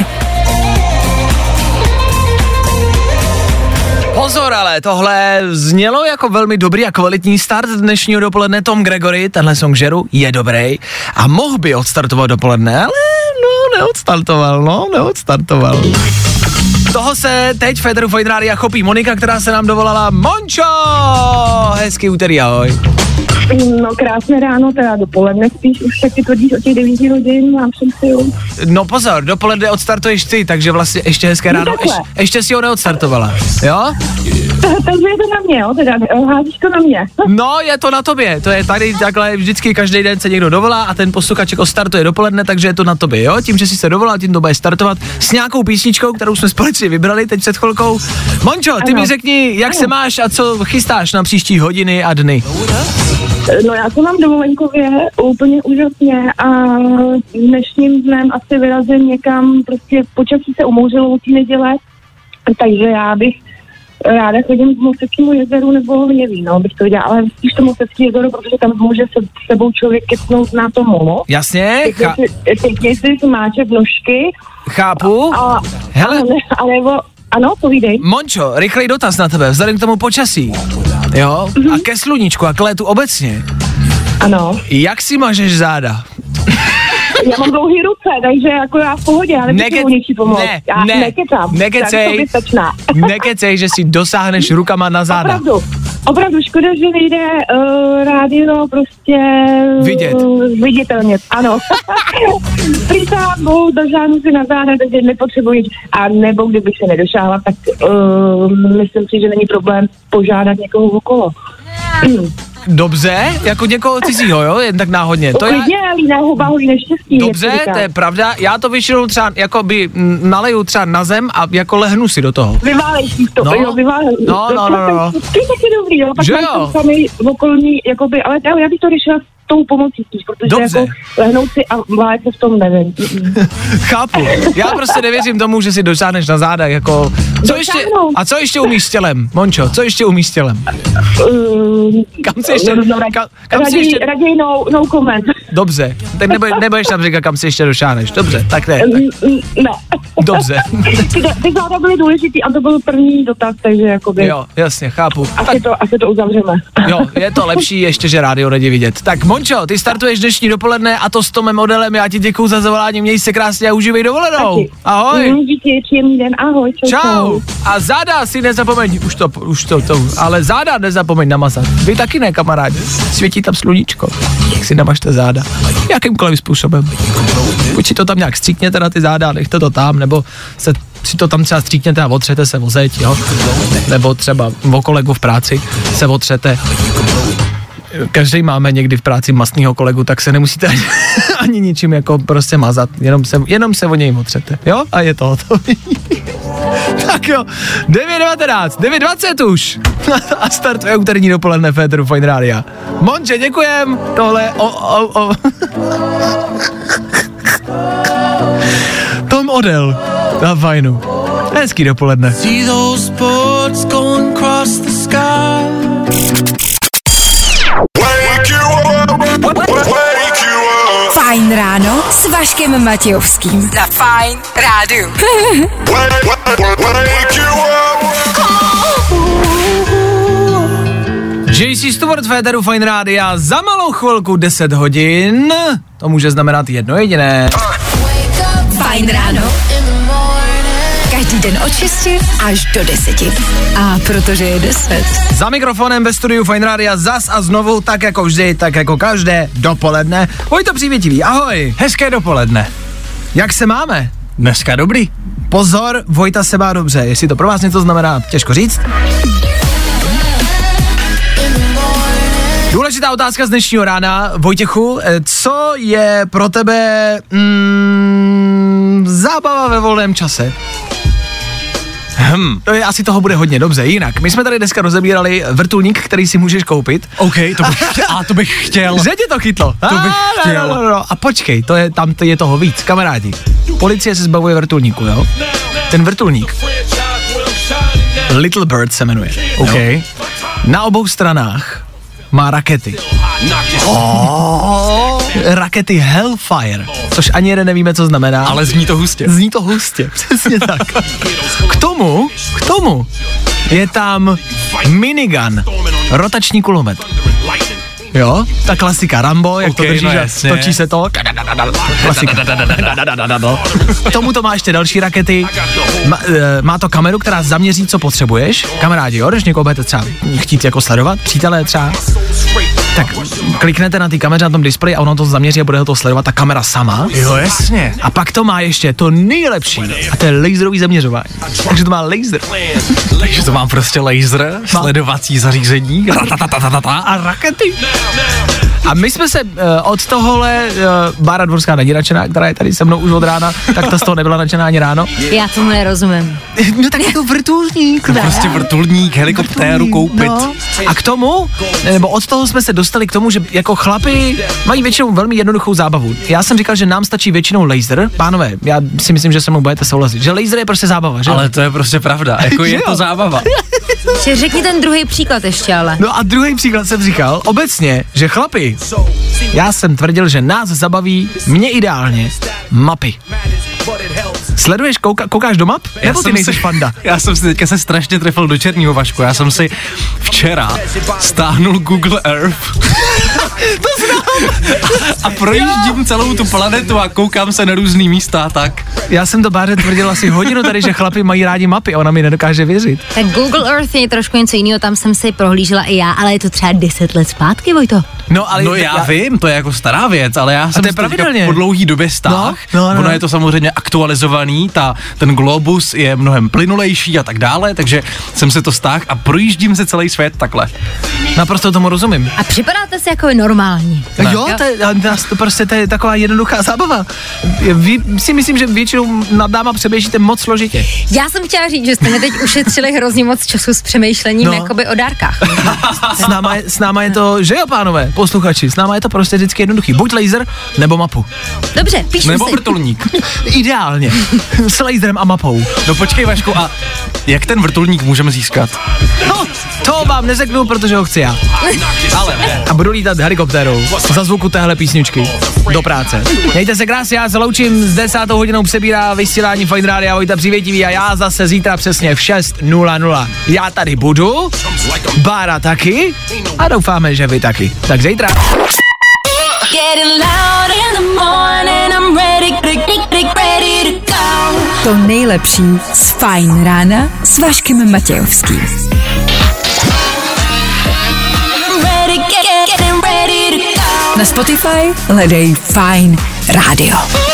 Speaker 3: Pozor, ale tohle znělo jako velmi dobrý a kvalitní start dnešního dopoledne. Tom Gregory, tenhle song Žeru, je dobrý a mohl by odstartovat dopoledne, ale no, neodstartoval, no, neodstartoval. Toho se teď v éteru Fajn Rádia chopí Monika, která se nám dovolala. Mončo! Hezký úterý, ahoj.
Speaker 14: No krásné ráno, teda dopoledne spíš, už tak ty tvrdíš o těch devíti hodin, mám jsem si jo.
Speaker 3: No pozor, dopoledne odstartuješ ty, takže vlastně ještě hezké ráno, no, ještě, ještě si ho neodstartovala, jo?
Speaker 14: Takže je to na mě, jo, teda házíš to na mě.
Speaker 3: No, je to na tobě, to je tady takhle vždycky každý den se někdo dovolá a ten posluchaček odstartuje dopoledne, takže je to na tobě, jo? Tím, že jsi se dovolal, tím to bude startovat s nějakou písničkou, kterou jsme společně vybrali teď před chvilkou. Mončo, ty ano. mi řekni, jak ano. se máš a co chystáš na příští hodiny a dny?
Speaker 14: No já to mám dovolenkově úplně úžasně a dnešním dnem asi vyrazím někam, prostě počasí se umouřilo od té neděle, takže já bych ráda chodím k Mosteckému jezeru nebo Hněví, no, bych to viděla, ale spíš to Mostecké jezero, protože tam může se s sebou člověk kecnout na to molo.
Speaker 3: Jasně.
Speaker 14: Pěkně si zmáče v nožky.
Speaker 3: Chápu.
Speaker 14: A,
Speaker 3: hele.
Speaker 14: A nebo, ano, povídej.
Speaker 3: Mončo, rychlej dotaz na tebe, vzhledem k tomu počasí. Jo? Mm-hmm. A ke sluníčku a k létu obecně.
Speaker 14: Ano.
Speaker 3: Jak si mažeš záda?
Speaker 14: Já mám dlouhý ruce, takže jako já v pohodě, já nepotřebuji něčí pomoc. Ne, já
Speaker 3: ne,
Speaker 14: nekecám.
Speaker 3: Nekecej, nekecej, že si dosáhneš rukama na záda.
Speaker 14: Opravdu, opravdu, škoda, že nejde uh, rádio prostě
Speaker 3: vidět.
Speaker 14: Uh, viditelně, ano. Přísáhnu, dosáhnu si na záda, takže nepotřebuji, a nebo kdybych se nedošáhla, tak uh, myslím si, že není problém požádat někoho okolo.
Speaker 3: Dobře, jako někoho cizího, jo, jen tak náhodně.
Speaker 14: To klidně, já... líná huba holí neštěstí.
Speaker 3: Dobře, to je pravda, já to většinou třeba, jakoby naleju třeba na zem a jako lehnu si do toho.
Speaker 14: Vyválej si to,
Speaker 3: no.
Speaker 14: jo, vyválej.
Speaker 3: No, no, no, no.
Speaker 14: To je taky dobrý, jo, pak mám sami okolní, jakoby, ale já bych to řešila tou pomocí spíš, protože dobře. Jako lehnout si a válet se v tom nevím.
Speaker 3: Chápu, já prostě nevěřím tomu, že si dosáhneš na zádech, jako, co ještě, a co ještě umíš s tělem, Mončo, co ještě umíš s tělem?
Speaker 14: Um,
Speaker 3: kam si ještě, kam, kam
Speaker 14: raději,
Speaker 3: si ještě...
Speaker 14: Raději no, no comment.
Speaker 3: Dobře, tak nebudeš, nebudeš tam říkat, kam si ještě dosáhneš, dobře, tak ne. Tak.
Speaker 14: Ne.
Speaker 3: Dobře.
Speaker 14: Ty, ty záda byly důležitý a to byl první dotaz, takže jakoby...
Speaker 3: Jo, jasně, chápu.
Speaker 14: Asi,
Speaker 3: tak,
Speaker 14: to, asi to uzavřeme.
Speaker 3: Jo, je to lepší ještě, že rádio není vidět. Tak Mončo, ty startuješ dnešní dopoledne a to s Tomem Odelem, já ti děkuju za zavolání, měj se krásně a užívej dovolenou.
Speaker 14: Taky.
Speaker 3: Ahoj.
Speaker 14: Mm, díky, příjemný den, ahoj. Čau,
Speaker 3: Čau.
Speaker 14: čau.
Speaker 3: A záda si nezapomeň, už to, už to, to, ale záda nezapomeň namazat. Vy taky ne, kamarádi, světí tam sluníčko, jak si namažte záda, jakýmkoliv způsobem. Buď si to tam nějak stříkněte na ty záda, nechte to tam, nebo se si to tam třeba stříkněte a otřete se o zeď, jo? Nebo třeba o kolegu v práci se otřete. Každý máme někdy v práci mastného kolegu, tak se nemusíte ani, ani ničím jako prostě mazat, jenom se, jenom se o něj otřete, jo? A je to hotový. Tak jo, devět devatenáct, devět dvacet už a startuje úterní dopoledne Féteru Fine Rádia. Monče, děkujem, tohle o, o, o. Tom Odell na Fajnu. Hezký dopoledne.
Speaker 1: Fajn ráno s Vaškem Matějovským. Na Fajn rádiu.
Speaker 3: J C Stewart, Féteru Fine Rádia, za malou chvilku deset hodin. To může znamenat jedno jediné.
Speaker 1: Fajn ráno. Každý den od šesti až do deseti. A protože je deset.
Speaker 3: Za mikrofonem ve studiu Fine Rádia zas a znovu, tak jako vždy, tak jako každé dopoledne. Vojto Přívětivý, ahoj. Hezké dopoledne. Jak se máme? Dneska dobrý. Pozor, Vojta se má dobře. Jestli to pro vás něco znamená, těžko říct. Důležitá otázka z dnešního rána. Vojtěchu, co je pro tebe mm, zábava ve volném čase? Hm, to je, asi toho bude hodně, dobře, jinak. My jsme tady dneska rozebírali vrtulník, který si můžeš koupit. OK, to bych chtěl, a to bych chtěl. Že tě to chytlo. To bych a, chtěl. No, no, no. A počkej, to je, tam to je toho víc, kamarádi. Policie se zbavuje vrtulníku, jo? Ten vrtulník Little Bird se jmenuje. OK. Jo? Na obou stranách má rakety. Oh, rakety Hellfire, což ani jeden nevíme, co znamená. Ale zní to hustě. Zní to hustě, přesně tak. K tomu, k tomu je tam minigun, rotační kulomet. Jo, ta klasika Rambo, jak okay, to drží, no že točí se to. Klasika. K tomu to má ještě další rakety. Má, má to kameru, která zaměří, co potřebuješ. Kamarádi, jo, když někoho budete třeba chtít jako sledovat, přátelé třeba, tak kliknete na ty kameře na tom displeji a ono to zaměří a bude to sledovat ta kamera sama. Jo, jasně. A pak to má ještě to nejlepší, a to je laserový zaměřování. Takže to má laser. Takže to má prostě laser, sledovací zařízení a rakety. A my jsme se uh, od tohohle, uh, Bára Dvorská není nadšená, která je tady se mnou už od rána, tak ta z toho nebyla nadšená ani ráno.
Speaker 4: Já tomu nerozumím.
Speaker 3: No tak je to vrtulník.
Speaker 12: No, prostě vrtulník, helikoptéru koupit. No.
Speaker 3: A k tomu, nebo od toho jsme se dostali k tomu, že jako chlapi mají většinou velmi jednoduchou zábavu. Já jsem říkal, že nám stačí většinou laser. Pánové, já si myslím, že se mnou budete souhlasit, že laser je prostě zábava, že?
Speaker 12: Ale to je prostě pravda, jako je to zábava.
Speaker 4: Řekni ten druhý příklad ještě, ale.
Speaker 3: No a druhý příklad jsem říkal, obecně, že chlapi, já jsem tvrdil, že nás zabaví, mě ideálně, mapy. Sleduješ, kouka, koukáš do map?
Speaker 12: Já
Speaker 3: Nebo ty nejsi
Speaker 12: si,
Speaker 3: fanda?
Speaker 12: Já jsem si teďka se strašně trefil do černého, Vašku. Já jsem si včera stáhnul Google Earth.
Speaker 3: To znám.
Speaker 12: A, a projíždím celou tu planetu a koukám se na různý místa, tak.
Speaker 3: Já jsem to Báře tvrdil asi hodinu tady, že chlapi mají rádi mapy a ona mi nedokáže věřit.
Speaker 4: Tak Google Earth je trošku něco jiného, tam jsem si prohlížela i já, ale je to třeba deset let zpátky, Vojto.
Speaker 3: No, ale
Speaker 12: no já, já vím, to je jako stará věc, ale já jsem
Speaker 3: to je pravidelně
Speaker 12: po dlouhý době stáh.
Speaker 3: No, no, no,
Speaker 12: ono je to samozřejmě aktualizovaný, ta, ten globus je mnohem plynulejší a tak dále, takže jsem se to stáh a projíždím se celý svět takhle.
Speaker 3: Naprosto tomu rozumím.
Speaker 4: A připadáte si jako normální.
Speaker 3: Ne. Jo, to je, to prostě to je taková jednoduchá zábava. Vy si myslím, že většinou nad náma přemýšlíte moc složitě.
Speaker 4: Já jsem chtěla říct, že jste mi teď ušetřili hrozně moc času s přemýšlením, no. Jakoby o dárkách.
Speaker 3: S náma, je, s náma je to, že jo, pánové, posluchači, s náma je to prostě vždycky jednoduchý. Buď laser, nebo mapu.
Speaker 4: Dobře, píšu
Speaker 12: nebo
Speaker 4: si.
Speaker 12: Nebo vrtulník.
Speaker 3: Ideálně. S laserem a mapou.
Speaker 12: No počkej, Vašku, a jak ten vrtulník můžeme získat?
Speaker 3: No, to vám neřeknu, protože ho chci já.
Speaker 12: Ale ne.
Speaker 3: A budu lítat helikoptérou za zvuku téhle písničky do práce. Mějte se krásně, já se loučím, s desátou hodinou přebírá vysílání Fajn Rádia Vojta Přívětivý a já zase zítra přesně v šest nula nula. Já tady budu, Bára taky a doufáme, že vy taky. Tak zítra.
Speaker 1: To nejlepší z Fajn rána s Vaškem Matějovským. Na Spotify hledej Fajn rádio.